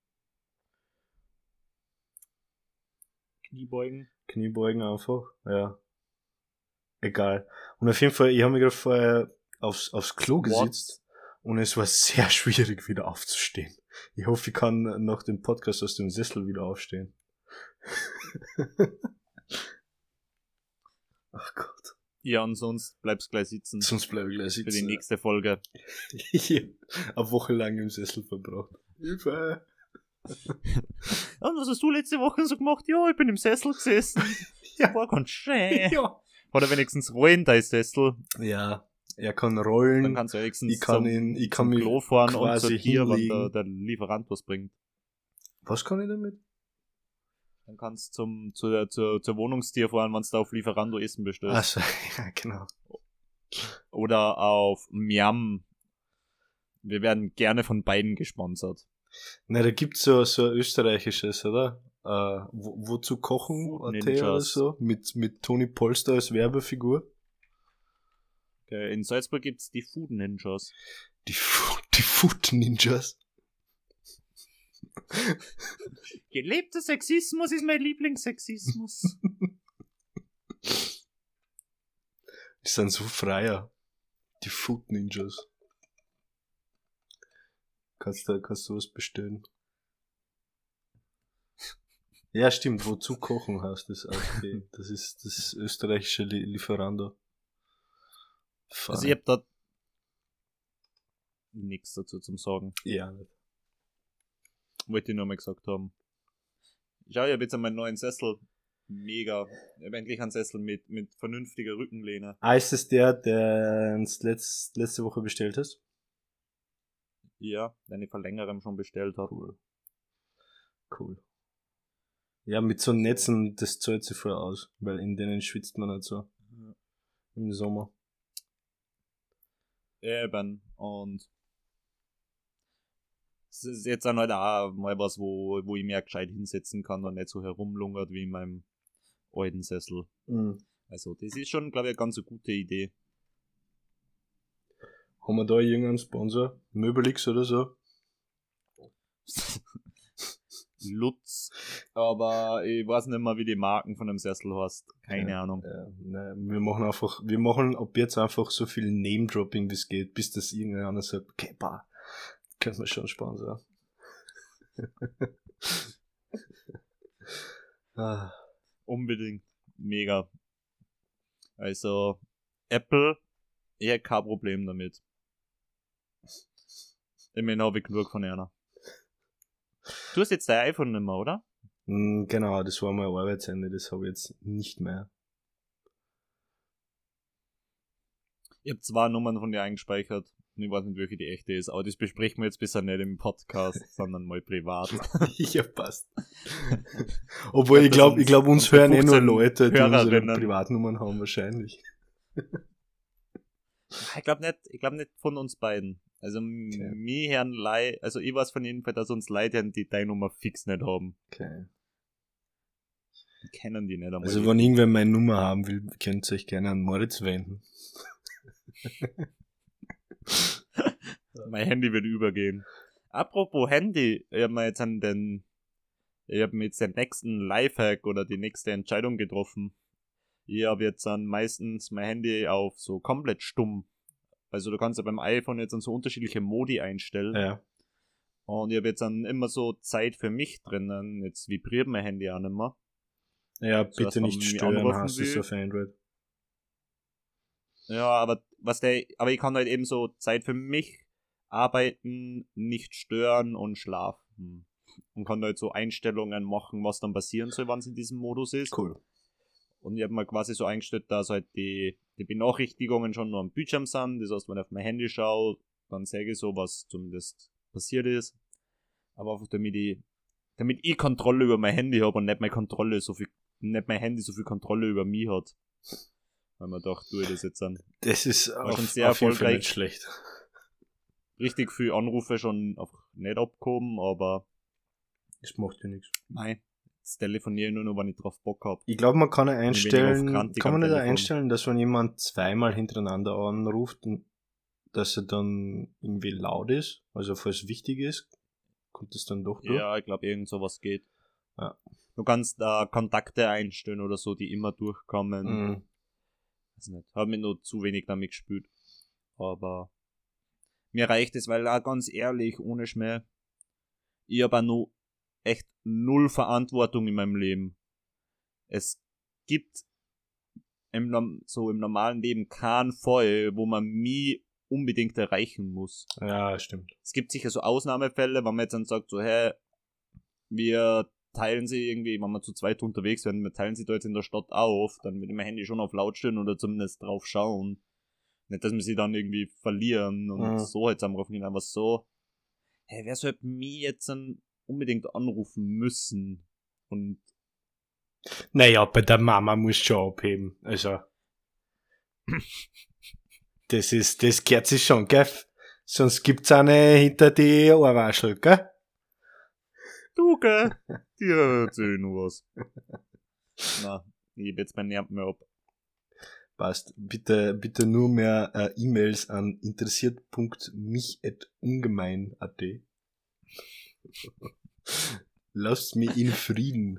Kniebeugen. Kniebeugen einfach, ja. Egal. Und auf jeden Fall, ich habe mich gerade vorher aufs, aufs Klo Squats. gesetzt und es war sehr schwierig, wieder aufzustehen. Ich hoffe, ich kann nach dem Podcast aus dem Sessel wieder aufstehen. Ach Gott. Ja, und sonst bleibst gleich sitzen Sonst bleibe ich gleich für die sitzen. nächste Folge. Ich hab eine Woche lang im Sessel verbracht. Hilfe! Und was hast du letzte Woche so gemacht? Ja, ich bin im Sessel gesessen. Ja. War ganz schön. Ja. Oder wenigstens rollen, dein Sessel. Ja, er kann rollen. Dann kannst du wenigstens ich kann zum, ihn, ich kann zum mich Klo fahren und quasi zu dir, wenn hinlegen. der, der Lieferant was bringt. Was kann ich damit? Dann kannst du zum, zu der, zur, zur Wohnungstier fahren, wenn du da auf Lieferando Essen bestellst. Achso, ja, genau. Oder auf Miam. Wir werden gerne von beiden gesponsert. Na, da gibt's so, so ein österreichisches, oder? Äh, wo, wozu kochen? Food A T Ninjas. oder so? Mit, mit Toni Polster als Werbefigur. Okay, in Salzburg gibt's die Food Ninjas. Die, Fu- die Food Ninjas. Gelebter Sexismus ist mein Lieblingssexismus. Die sind so freier. Die Food Ninjas. Kannst du, kannst du was bestellen? Ja, stimmt. Wozu kochen heißt das auch. Okay. Das ist das österreichische Li- Lieferando. Fein. Also ich hab da nichts dazu zum Sagen. Ja, nicht. Wollte ich nur mal gesagt haben. Schau, ich hab jetzt an meinen neuen Sessel. Mega. Ich hab endlich einen Sessel mit, mit vernünftiger Rückenlehne. Ah, ist das der, der uns letzt, letzte Woche bestellt hast? Ja, den ich vor längerem schon bestellt habe. Cool. Cool. Ja, mit so Netzen, das zahlt sich voll aus, weil in denen schwitzt man nicht so. Ja. Im Sommer. Eben. Und es ist jetzt dann halt auch mal was, wo, wo ich mehr gescheit hinsetzen kann und nicht so herumlungert wie in meinem alten Sessel. Mhm. Also das ist schon, glaube ich, eine ganz eine gute Idee. Haben wir da irgendeinen Sponsor? Möbelix oder so? Lutz. Aber ich weiß nicht mehr, wie die Marken von dem Sessel heißt. Keine Ja, Ahnung. Ja, nein, wir machen einfach, wir machen ab jetzt einfach so viel Name-Dropping, wie es geht, bis das irgendeiner sagt, okay, bah, können wir schon Sponsor. ah, Unbedingt. Mega. Also, Apple, ich hätte kein Problem damit. Ich meine, habe ich genug von einer. Du hast jetzt dein iPhone nicht mehr, oder? mh, genau, das war mein Arbeitsende, das habe ich jetzt nicht mehr. Ich habe zwei Nummern von dir eingespeichert. Und ich weiß nicht, welche die echte ist, aber das besprechen wir jetzt besser nicht im Podcast, sondern mal privat. Ja, passt. Obwohl, ich glaube, ich glaube, uns hören eh nur Leute, die unsere Hörerinnen. Privatnummern haben, wahrscheinlich. Ich glaube nicht, ich glaube nicht von uns beiden. Also, Okay. mir hören Leute, also ich weiß von jeden Fall, dass uns Leute hören, die deine Nummer fix nicht haben. Okay. Die kennen die nicht einmal. Also, wenn irgendwer meine Nummer haben will, könnt ihr euch gerne an Moritz wenden. Mein Handy wird übergehen. Apropos Handy, ich habe mir jetzt an den, ich habe mir jetzt den nächsten Lifehack oder die nächste Entscheidung getroffen. Ich habe jetzt dann meistens mein Handy auf so komplett stumm. Also du kannst ja beim iPhone jetzt dann so unterschiedliche Modi einstellen. Ja. Und ich habe jetzt dann immer so Zeit für mich drinnen. Jetzt vibriert mein Handy auch nicht mehr. Ja, So, bitte dass man nicht mich stören, anrufen hast du es will. auf Android. Ja, aber was der, aber ich kann halt eben so Zeit für mich arbeiten, nicht stören und schlafen. Und kann halt so Einstellungen machen, was dann passieren soll, wenn es in diesem Modus ist. Cool. Und ich habe mal quasi so eingestellt, dass halt die, die Benachrichtigungen schon nur am Bildschirm sind. Das heißt, wenn ich auf mein Handy schaue, dann sehe ich so, was zumindest passiert ist. Aber einfach damit ich, damit ich Kontrolle über mein Handy habe und nicht meine Kontrolle so viel, nicht mein Handy so viel Kontrolle über mich hat. Weil man doch, tue ich das jetzt dann. Das ist War auf, schon sehr auf jeden Fall erfolgreich. nicht schlecht. Richtig viele Anrufe schon einfach nicht abgehoben, aber Das macht ja nichts. nein. Jetzt telefoniere ich nur noch, wenn ich drauf Bock habe. Ich glaube, man kann ja weniger auf einstellen, Grantig kann man am nicht Telefon. einstellen, dass wenn jemand zweimal hintereinander anruft, dass er dann irgendwie laut ist, also falls wichtig ist, kommt es dann doch durch. Ja, ich glaube, irgend sowas geht. Ja. Du kannst da Kontakte einstellen oder so, die immer durchkommen. Mhm. Weiß nicht. Hab mir nur zu wenig damit gespielt. Aber mir reicht es, weil auch ganz ehrlich, ohne Schmäh, ich habe auch nur echt null Verantwortung in meinem Leben. Es gibt im, Norm- so im normalen Leben keinen Fall, wo man mich unbedingt erreichen muss. Ja, stimmt. Es gibt sicher so Ausnahmefälle, wenn man jetzt dann sagt, so, hey, wir teilen sie irgendwie, wenn wir zu zweit unterwegs werden, wir teilen sie da jetzt in der Stadt auf, dann würde mein Handy schon auf laut stellen oder zumindest drauf schauen. Nicht, dass wir sie dann irgendwie verlieren und Mhm. so jetzt am Rufen, aber so, hey, wer sollte mich jetzt dann unbedingt anrufen müssen? Und Naja, bei der Mama muss schon abheben. Also, das ist, das gehört sich schon, gell? Sonst gibt's eine hinter die Ohrwaschel, gell? Du, gell? Dir erzähl nur was. Na, ich heb jetzt mein Nerv mehr ab. Passt. Bitte, bitte nur mehr äh, E-Mails an interessiert punkt mich at ungemein punkt at. Lasst mich in Frieden.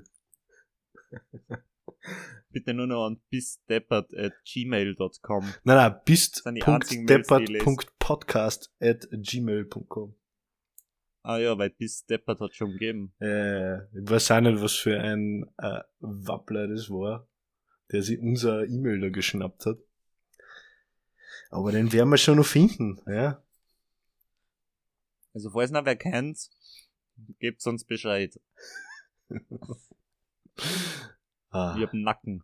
Bitte nur noch an bisdeppert at gmail dot com. Nein, nein, bist sind die punkt einzigen Mails, die ich deppert lese. punkt podcast at gmail punkt com. Ah ja, weil bisdeppert hat schon gegeben. Äh, ich weiß auch nicht, was für ein äh, Wappler das war, der sich unser E-Mail da geschnappt hat. Aber den werden wir schon noch finden, ja. Also falls noch wer kennt, gebt uns Bescheid. Ah. Ich hab einen Nacken.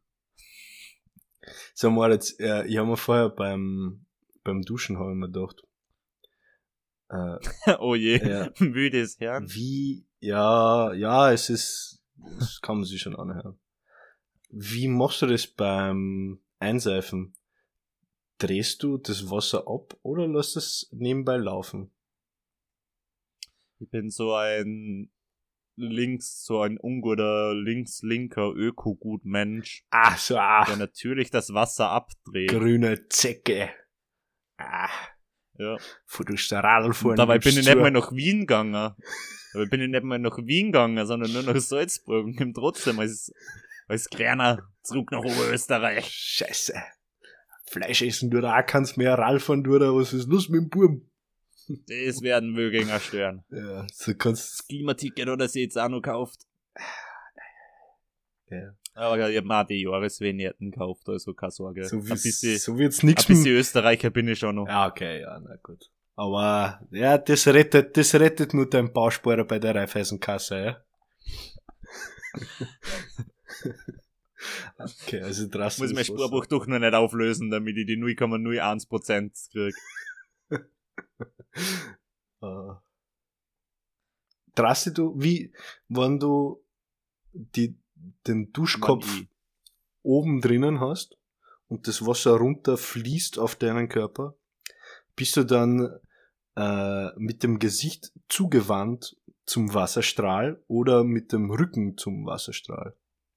So mal jetzt, äh, ich habe mir vorher beim beim Duschen habe ich mir gedacht, äh, Oh je, Ja. müdes Herrn. wie, ja, ja, es ist, das kann man sich schon anhören. Wie machst du das beim Einseifen? Drehst du das Wasser ab oder lässt es nebenbei laufen? Ich bin so ein links, so ein unguter links-linker Öko-Gut-Mensch, Ah, so, ah, der natürlich das Wasser abdreht. grüne Zecke. Ah, Ja. wo du der Radl fahren Und dabei bin ich willst, nicht zu- mal nach Wien gegangen. Dabei bin ich nicht mal nach Wien gegangen, sondern nur nach Salzburg und bin trotzdem als, als Kleiner zurück nach Oberösterreich. Scheiße. Fleisch essen du da auch kannst mehr Radl fahren du da, was ist los mit dem Burm? Das werden Wöginger stören. Ja, so kannst Das Klimaticket oder sie jetzt auch noch gekauft. ja. Aber ich hab mir auch die Jahresvignetten gekauft, also keine Sorge. So, ein wie's, bisschen, so wird's ein nix bisschen Österreicher bin ich schon noch. Ja, okay, ja, na gut. Aber, ja, das rettet, das rettet nur dein Bausparer bei der Raiffeisenkasse, ja? Okay, also draußen. Muss ich mein das Wasser. Sparbuch doch noch nicht auflösen, damit ich die null Komma null eins Prozent krieg. Äh, Traust du, wie, wenn du die, den Duschkopf Mann, ich- oben drinnen hast und das Wasser runter fließt auf deinen Körper, bist du dann äh, mit dem Gesicht zugewandt zum Wasserstrahl oder mit dem Rücken zum Wasserstrahl?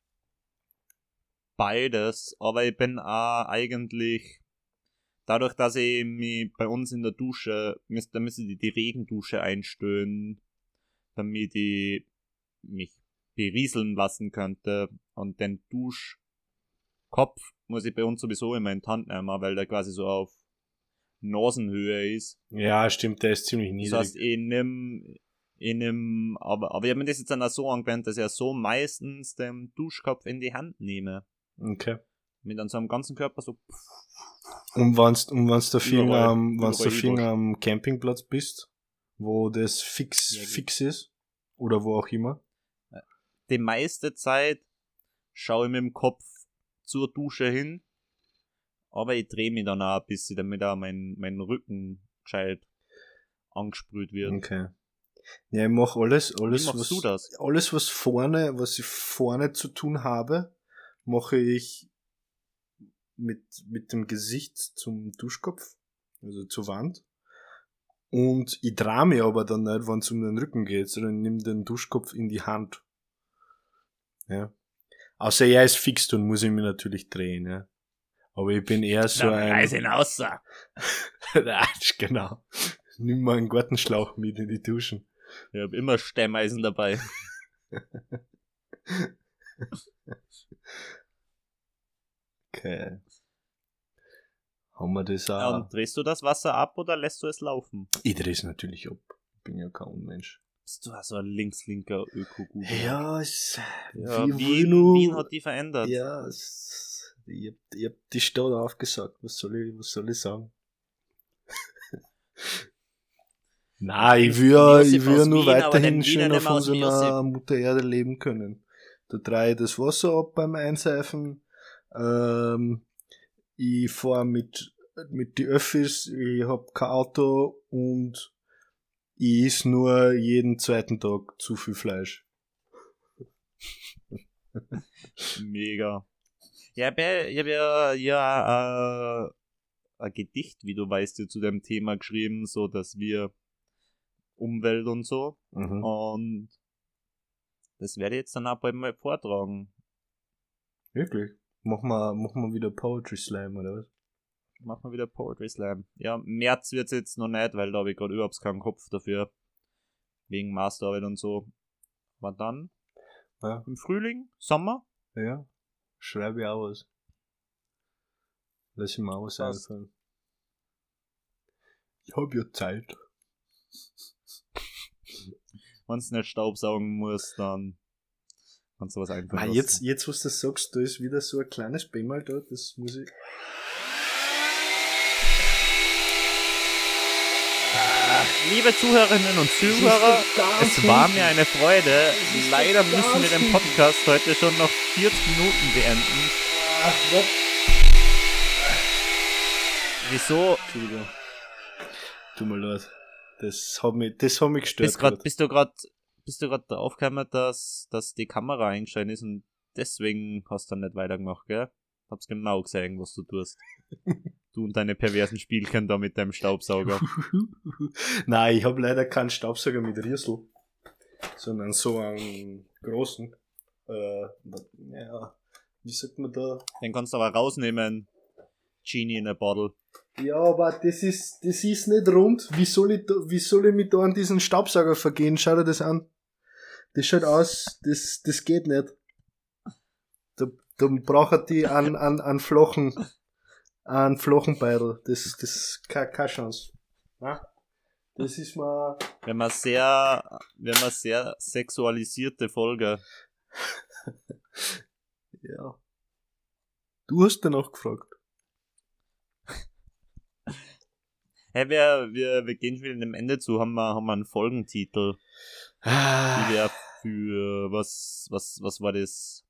Beides, aber ich bin auch eigentlich, dadurch, dass ich mich bei uns in der Dusche, müsste, da müsste ich die Regendusche einstellen, damit ich mich berieseln lassen könnte, und den Duschkopf muss ich bei uns sowieso immer in die Hand nehmen, weil der quasi so auf Nasenhöhe ist. Ja, stimmt, der ist ziemlich Das niedrig. heißt, ich nimm, ich nimm, aber, aber ich habe mir das jetzt dann auch so angewöhnt, dass ich ja so meistens den Duschkopf in die Hand nehme. Okay. Mit an seinem ganzen Körper so. Und wenn's, und wenn's da viel Überall, am, wenn's da überall viel Ibosch. am Campingplatz bist, wo das fix, Ja, gut. fix ist, oder wo auch immer. Die meiste Zeit schaue ich mit dem Kopf zur Dusche hin, aber ich drehe mich dann auch ein bisschen, damit auch mein, mein Rücken gescheit angesprüht wird. Okay. Ja, ich mach alles, alles, Wie machst was, du das? alles, was vorne, was ich vorne zu tun habe, mache ich mit, mit dem Gesicht zum Duschkopf, also zur Wand. Und ich drehe mich aber dann nicht, wenn es um den Rücken geht, sondern nimm den Duschkopf in die Hand. Ja. Außer er ist fix, dann muss ich mich natürlich drehen, ja. Aber ich bin eher so Dann reiß ein... ihn außer. Nein, genau. Nimm mal einen Gartenschlauch mit in die Duschen. Ich habe immer Stemmeisen dabei. Okay. Haben wir das Ja, auch? und drehst du das Wasser ab oder lässt du es laufen? Ich dreh's natürlich ab. Ich bin ja kein Unmensch. Bist du also ein links-linker Öko-Gut? Ja, es, Ja, wie- Wien, wie Wien nur- hat die verändert. Ja, es, ich hab, ich hab die Stadt aufgesagt. Was soll ich, was soll ich sagen? Nein, ich will, ja- Josef ich will ja aus nur Wien, aber weiterhin den schön Wiener auf nehmen wir aus dem unserer Josef. Mutter Erde leben können. Da drehe ich das Wasser ab beim Einseifen. Ähm, ich fahre mit, mit die Öffis, ich hab kein Auto und ich iss nur jeden zweiten Tag zu viel Fleisch. Mega. Ja, ich habe ja, ja, ja äh, ein Gedicht, wie du weißt, ja, zu dem Thema geschrieben, so dass wir Umwelt und so. Mhm. Und das werde ich jetzt dann auch bald mal vortragen. Wirklich? Machen wir, machen wir wieder Poetry Slam, oder was? Machen wir wieder Poetry Slam. Ja, März wird's jetzt noch nicht, weil da habe ich gerade überhaupt keinen Kopf dafür. Wegen Masterarbeit und so. Aber dann Ja. im Frühling, Sommer. Ja. Schreibe ich auch was. Lass ich mir auch was Was? einfallen. Ich hab ja Zeit. Wenn du nicht staubsaugen musst, dann kannst du was einfallen Ah, lassen. jetzt, jetzt, was du sagst, da ist wieder so ein kleines Bämmerl da, das muss ich. Liebe Zuhörerinnen und Zuhörer, es war mir eine Freude. Leider müssen wir den Podcast heute schon nach vierzig Minuten beenden. Ach, was? Wieso? Entschuldigung. Tut mir leid. Das hat mich, das hat mich gestört. Bist, grad, grad. bist du gerade bist du gerade draufgekommen, dass, dass die Kamera eingeschaltet ist und deswegen hast du dann nicht weitergemacht, gell? Hab's genau gesehen, was du tust. Du und deine perversen Spielchen da mit deinem Staubsauger. Nein, ich habe leider keinen Staubsauger mit Riersel, sondern so einen großen. Äh, ja, wie sagt man da? Den kannst du aber rausnehmen. Genie in a bottle. Ja, aber das ist, das ist nicht rund. Wie soll ich da, wie soll ich mich da an diesen Staubsauger vergehen? Schau dir das an. Das schaut aus, das, das geht nicht. Da, da braucht die einen, einen, einen flachen, einen flachen Beidel. Das, das, keine, keine Chance. Ja? Das ist mal, Wir haben eine sehr, wir haben eine sehr sexualisierte Folge. ja. Du hast danach gefragt. Hey, wir, wir, wir gehen schon wieder dem Ende zu, haben wir, haben wir einen Folgentitel. Ah, Die wäre für, was, was, was war das?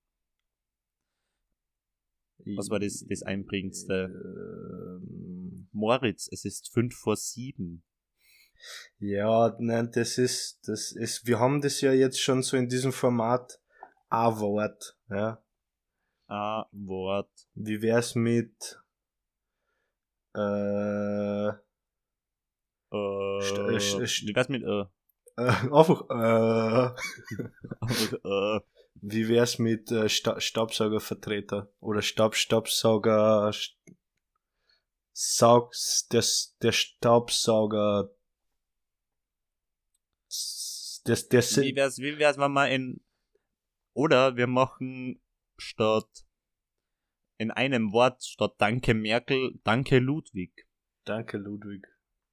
Was war das, das Einprägendste? Ähm, Moritz, es ist fünf vor sieben. Ja, nein, das ist, das ist, wir haben das ja jetzt schon so in diesem Format ein Wort, ja. Ah, Wort. Wie wär's mit, äh, Äh, St- äh, st- st- wie wär's mit, äh, äh einfach, äh, äh, wie wär's mit äh, Sta- Staubsaugervertreter oder Staub, Staubsauger, St- Saugs, das, der Staubsauger, das, der, wie wär's, wie wär's, wenn wir in, oder wir machen statt, in einem Wort, statt Danke Merkel, Danke Ludwig. Danke, Ludwig.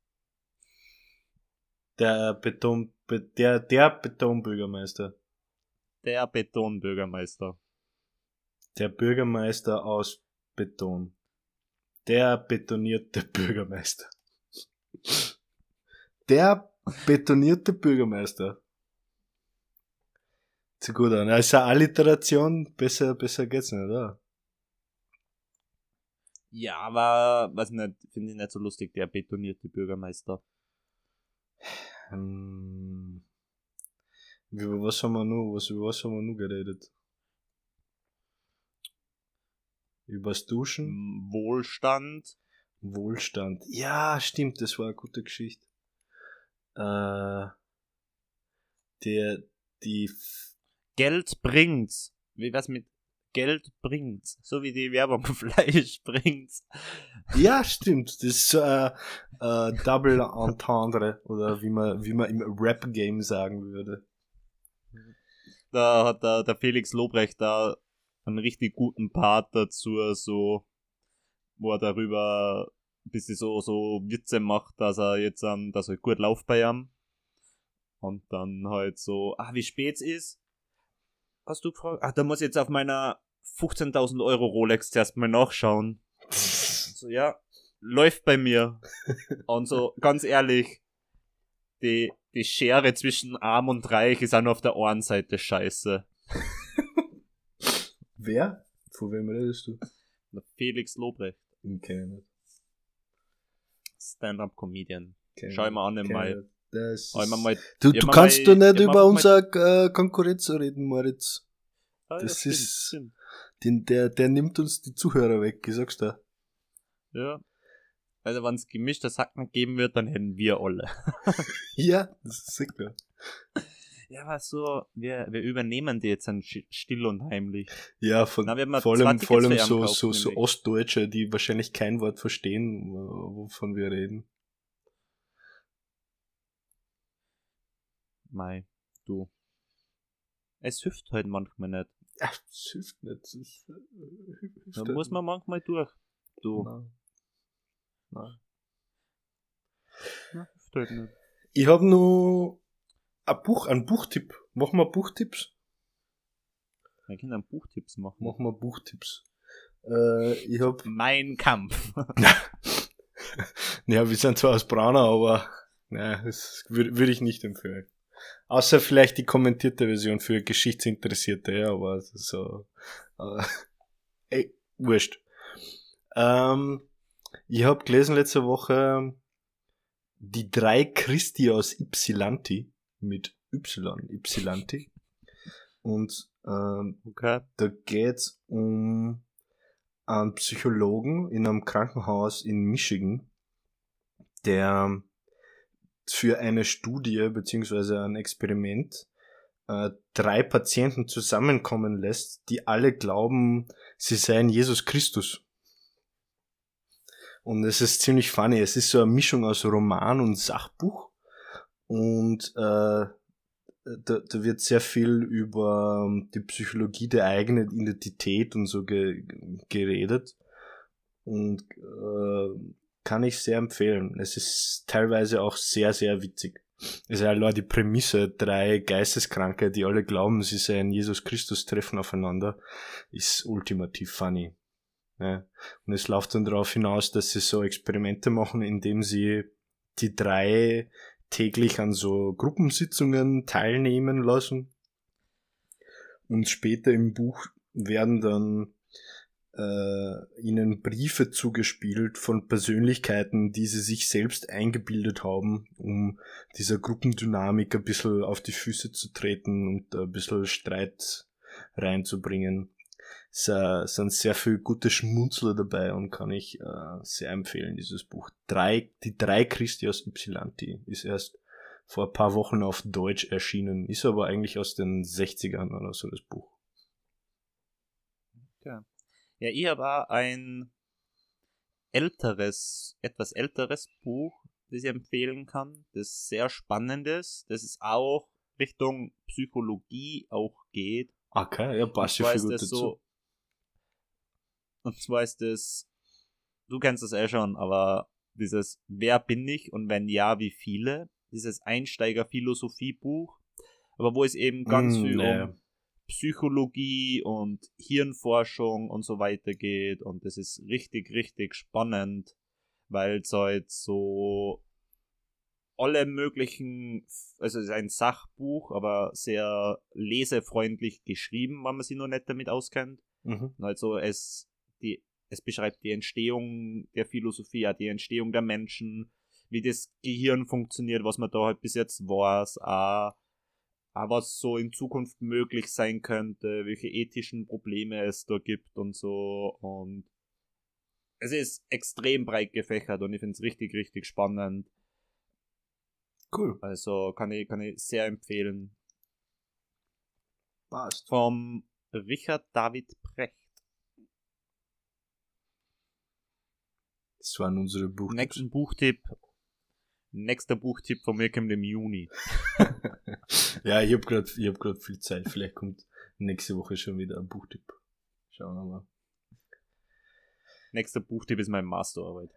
Der Beton, Be- der, der Betonbürgermeister. Der Betonbürgermeister. Der Bürgermeister aus Beton. Der betonierte Bürgermeister. Der betonierte Bürgermeister. Zu gut an. Also Alliteration, besser, besser geht's nicht, oder? Ja, aber, weiß nicht, finde ich nicht so lustig, der betonierte Bürgermeister. Hm. Über was haben wir noch, was, über was haben wir noch geredet? Übers Duschen? M- Wohlstand. Wohlstand. Ja, stimmt, das war eine gute Geschichte. Äh, der, die, F- Geld bringt's. Wie wär's mit Geld bringt's? So wie die Werbung Fleisch bringt's. ja, stimmt, das ist so ein äh, Double Entendre, oder wie man, wie man im Rap-Game sagen würde. Da hat der, der Felix Lobrecht da einen richtig guten Part dazu, so, wo er darüber ein bisschen so, so Witze macht, dass er jetzt, um, dass er gut läuft bei ihm. Und dann halt so, ah, wie spät es ist? Hast du gefragt? Ach, da muss ich jetzt auf meiner fünfzehntausend Euro Rolex zuerst mal nachschauen. So, ja, läuft bei mir. Und so, ganz ehrlich, die, die Schere zwischen Arm und Reich ist auch nur auf der einen Seite scheiße. Wer? Von wem redest du? Der Felix Lobrecht, Den kenn ich nicht. Stand-up-Comedian. Kenn Schau ich mir an kenn ich mal. nicht. Das Aber ist, mal du ja, du mal- kannst doch nicht ja, über mal- unsere äh, Konkurrenz reden, Moritz. Ah, ja, Das stimmt, ist, stimmt. den, der, der nimmt uns die Zuhörer weg, ich sag's dir. Ja. Also wenn es gemischtes Hacken geben wird, dann hätten wir alle. Ja, das ist sicher. Ja, aber so, wir, wir übernehmen die jetzt dann sch- still und heimlich. Ja, von, Na, wir haben vor zwei allem, vor Tickets allem für ihn so, gekauft, so, so nämlich. Ostdeutsche, die wahrscheinlich kein Wort verstehen, wovon wir reden. Mei, du. Es hilft halt manchmal nicht. Ach, das hilft nicht. Das ist, äh, hilft Da halt muss man manchmal durch. Du. Nein. Nein. Na, hilft halt nicht. Ich habe noch ein Buch, einen Buchtipp. Machen wir Buchtipps? Wir können dann Buchtipps machen. Machen wir Buchtipps. Äh, ich hab, Mein Kampf. ja, wir sind zwar aus Braunau, aber nein, das würde würd ich nicht empfehlen. Außer vielleicht die kommentierte Version für Geschichtsinteressierte, ja, aber so, äh, ey, wurscht. Ähm, ich habe gelesen letzte Woche die drei Christi aus Ypsilanti mit Y, Ypsilanti. Und ähm, Okay. da geht's um einen Psychologen in einem Krankenhaus in Michigan, der für eine Studie beziehungsweise ein Experiment äh, drei Patienten zusammenkommen lässt, die alle glauben, sie seien Jesus Christus. Und es ist ziemlich funny. Es ist so eine Mischung aus Roman und Sachbuch. Und äh, da, da wird sehr viel über die Psychologie der eigenen Identität und so ge, geredet. Und äh, kann ich sehr empfehlen. Es ist teilweise auch sehr, sehr witzig. Also allein die Prämisse, drei Geisteskranke, die alle glauben, sie seien Jesus Christus, treffen aufeinander, ist ultimativ funny. Ja. Und es läuft dann darauf hinaus, dass sie so Experimente machen, indem sie die drei täglich an so Gruppensitzungen teilnehmen lassen. Und später im Buch werden dann äh, ihnen Briefe zugespielt von Persönlichkeiten, die sie sich selbst eingebildet haben, um dieser Gruppendynamik ein bisschen auf die Füße zu treten und ein bisschen Streit reinzubringen. Es äh, sind sehr viele gute Schmunzler dabei und kann ich äh, sehr empfehlen, dieses Buch. Drei, die drei Christi aus Ypsilanti ist erst vor ein paar Wochen auf Deutsch erschienen, ist aber eigentlich aus den sechzigern oder so, das Buch. Ja, ja ich habe auch ein älteres, etwas älteres Buch, das ich empfehlen kann, das sehr spannend ist, das ist auch Richtung Psychologie auch geht. Okay, ja, passt ja viel gut dazu. So, und zwar ist das, du kennst das eh schon, aber dieses Wer bin ich und wenn ja, wie viele? Dieses Einsteiger-Philosophie-Buch, aber wo es eben ganz Mm, viel nee. um Psychologie und Hirnforschung und so weiter geht und das ist richtig, richtig spannend, weil es halt so alle möglichen, also es ist ein Sachbuch, aber sehr lesefreundlich geschrieben, wenn man sich nur nicht damit auskennt. Mhm. Also es, die, es beschreibt die Entstehung der Philosophie, ja, die Entstehung der Menschen, wie das Gehirn funktioniert, was man da halt bis jetzt weiß, auch, auch was so in Zukunft möglich sein könnte, welche ethischen Probleme es da gibt und so. Und es ist extrem breit gefächert und ich finde es richtig, richtig spannend. Cool. Also kann ich, kann ich sehr empfehlen. Passt. Vom Richard David Precht. Das waren unsere Buchtipps. Nächsten Buchtipp. Nächster Buchtipp von mir kommt im Juni. Ja, ich habe gerade ich hab grad viel Zeit. Vielleicht kommt nächste Woche schon wieder ein Buchtipp. Schauen wir mal. Nächster Buchtipp ist meine Masterarbeit.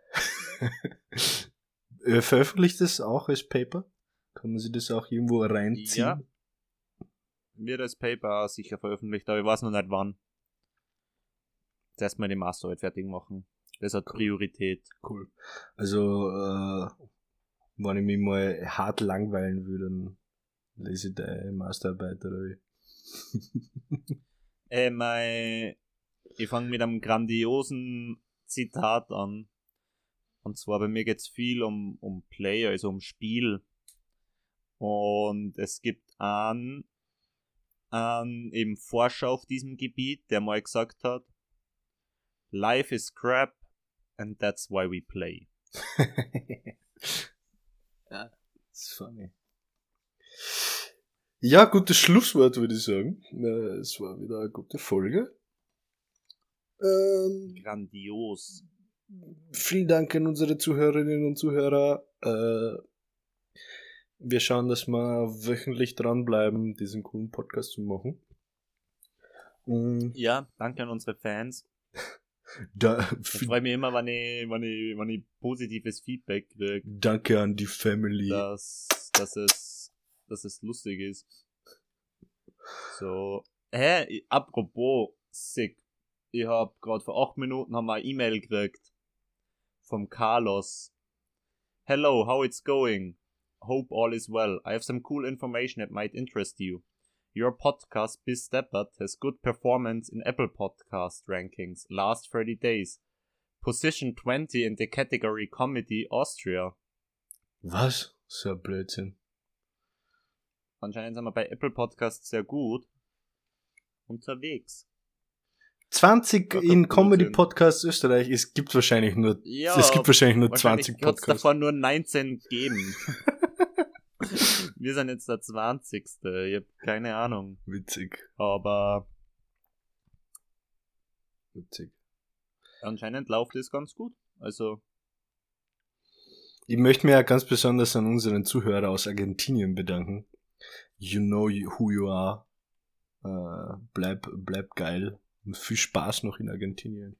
Äh, Veröffentlicht das auch als Paper? Kann man sich das auch irgendwo reinziehen? Ja. Wird als Paper sicher veröffentlicht, aber ich weiß noch nicht wann. Zuerst mal die Masterarbeit fertig machen. Das hat Priorität. Cool. Also, äh, wenn ich mich mal hart langweilen würde, dann lese ich deine Masterarbeit oder wie? Äh, mein, ich fange mit einem grandiosen Zitat an. Und zwar bei mir geht's viel um, um Play, also um Spiel. Und es gibt einen, ähm, eben Forscher auf diesem Gebiet, der mal gesagt hat, Life is crap and that's why we play. Ja, das ist funny. Ja, gutes Schlusswort, würde ich sagen. Es war wieder eine gute Folge. Ähm, Grandios. Vielen Dank an unsere Zuhörerinnen und Zuhörer. Äh, wir schauen, dass wir wöchentlich dranbleiben, diesen coolen Podcast zu machen. Und Ja, danke an unsere Fans. da, Ich freue mich immer, wenn ich, wenn ich, wenn ich positives Feedback kriege, danke an die Family. dass, dass es, dass es lustig ist. So, hä, apropos sick. Ich hab gerade vor acht Minuten haben wir eine E-Mail gekriegt vom Carlos. Hello, how it's going? Hope all is well. I have some cool information that might interest you. Your podcast, Biz Steppert, has good performance in Apple Podcast rankings last thirty days. Position twenty in the category Comedy Austria. Was? So ein Blödsinn. Anscheinend sind wir bei Apple Podcasts sehr gut unterwegs. zwanzig Ja, in gut Comedy sind. Podcasts Österreich. Es gibt wahrscheinlich nur, Ja, es gibt wahrscheinlich nur wahrscheinlich zwanzig hat's Podcasts. davon nur neunzehn gegeben. Wir sind jetzt der zwanzigste. Ich hab keine Ahnung. Witzig. Aber Witzig. anscheinend läuft es ganz gut. Also, Ich möchte mich ja ganz besonders an unseren Zuhörer aus Argentinien bedanken. You know who you are. Äh, bleib, bleib geil. Und viel Spaß noch in Argentinien.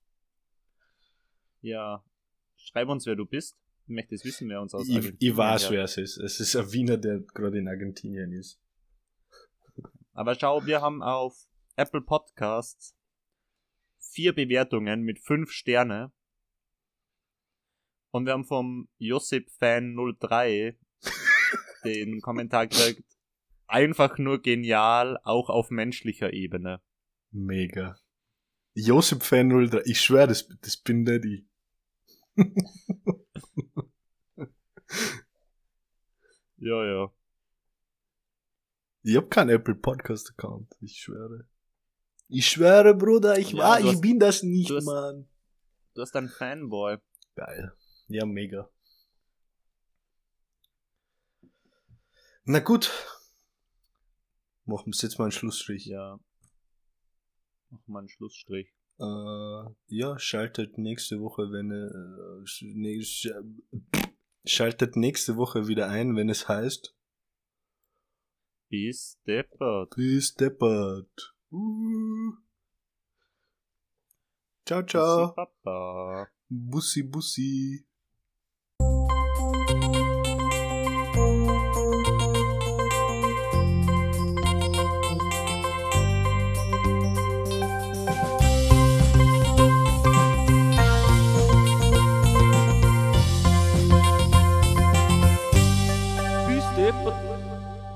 ja, schreib uns, wer du bist. Ich möchte es wissen, wer uns aus Ich, Argentinien ich weiß, hört. wer es ist. Es ist ein Wiener, der gerade in Argentinien ist. Aber schau, wir haben auf Apple Podcasts vier Bewertungen mit fünf Sterne. Und wir haben vom Josip Fan null drei den Kommentar gekriegt. Einfach nur genial, auch auf menschlicher Ebene. Mega. Josip Fan null drei. Ich schwöre, das, das bin nicht ich. Ja, ja. Ich hab keinen Apple Podcast Account. Ich schwöre. Ich schwöre, Bruder, ich Ja, war, du ich hast- bin das nicht, du hast- Mann. Du hast einen Fanboy. Geil. Ja, mega. Na gut. Machen wir jetzt mal einen Schlussstrich. Ja. Mach mal einen Schlussstrich. Äh, ja, schaltet nächste Woche, wenn äh, sch- nee, sch- schaltet nächste Woche wieder ein, wenn es heißt Bis deppert. Bis deppert. Uh. Ciao, ciao. Papa. Bussi, bussi.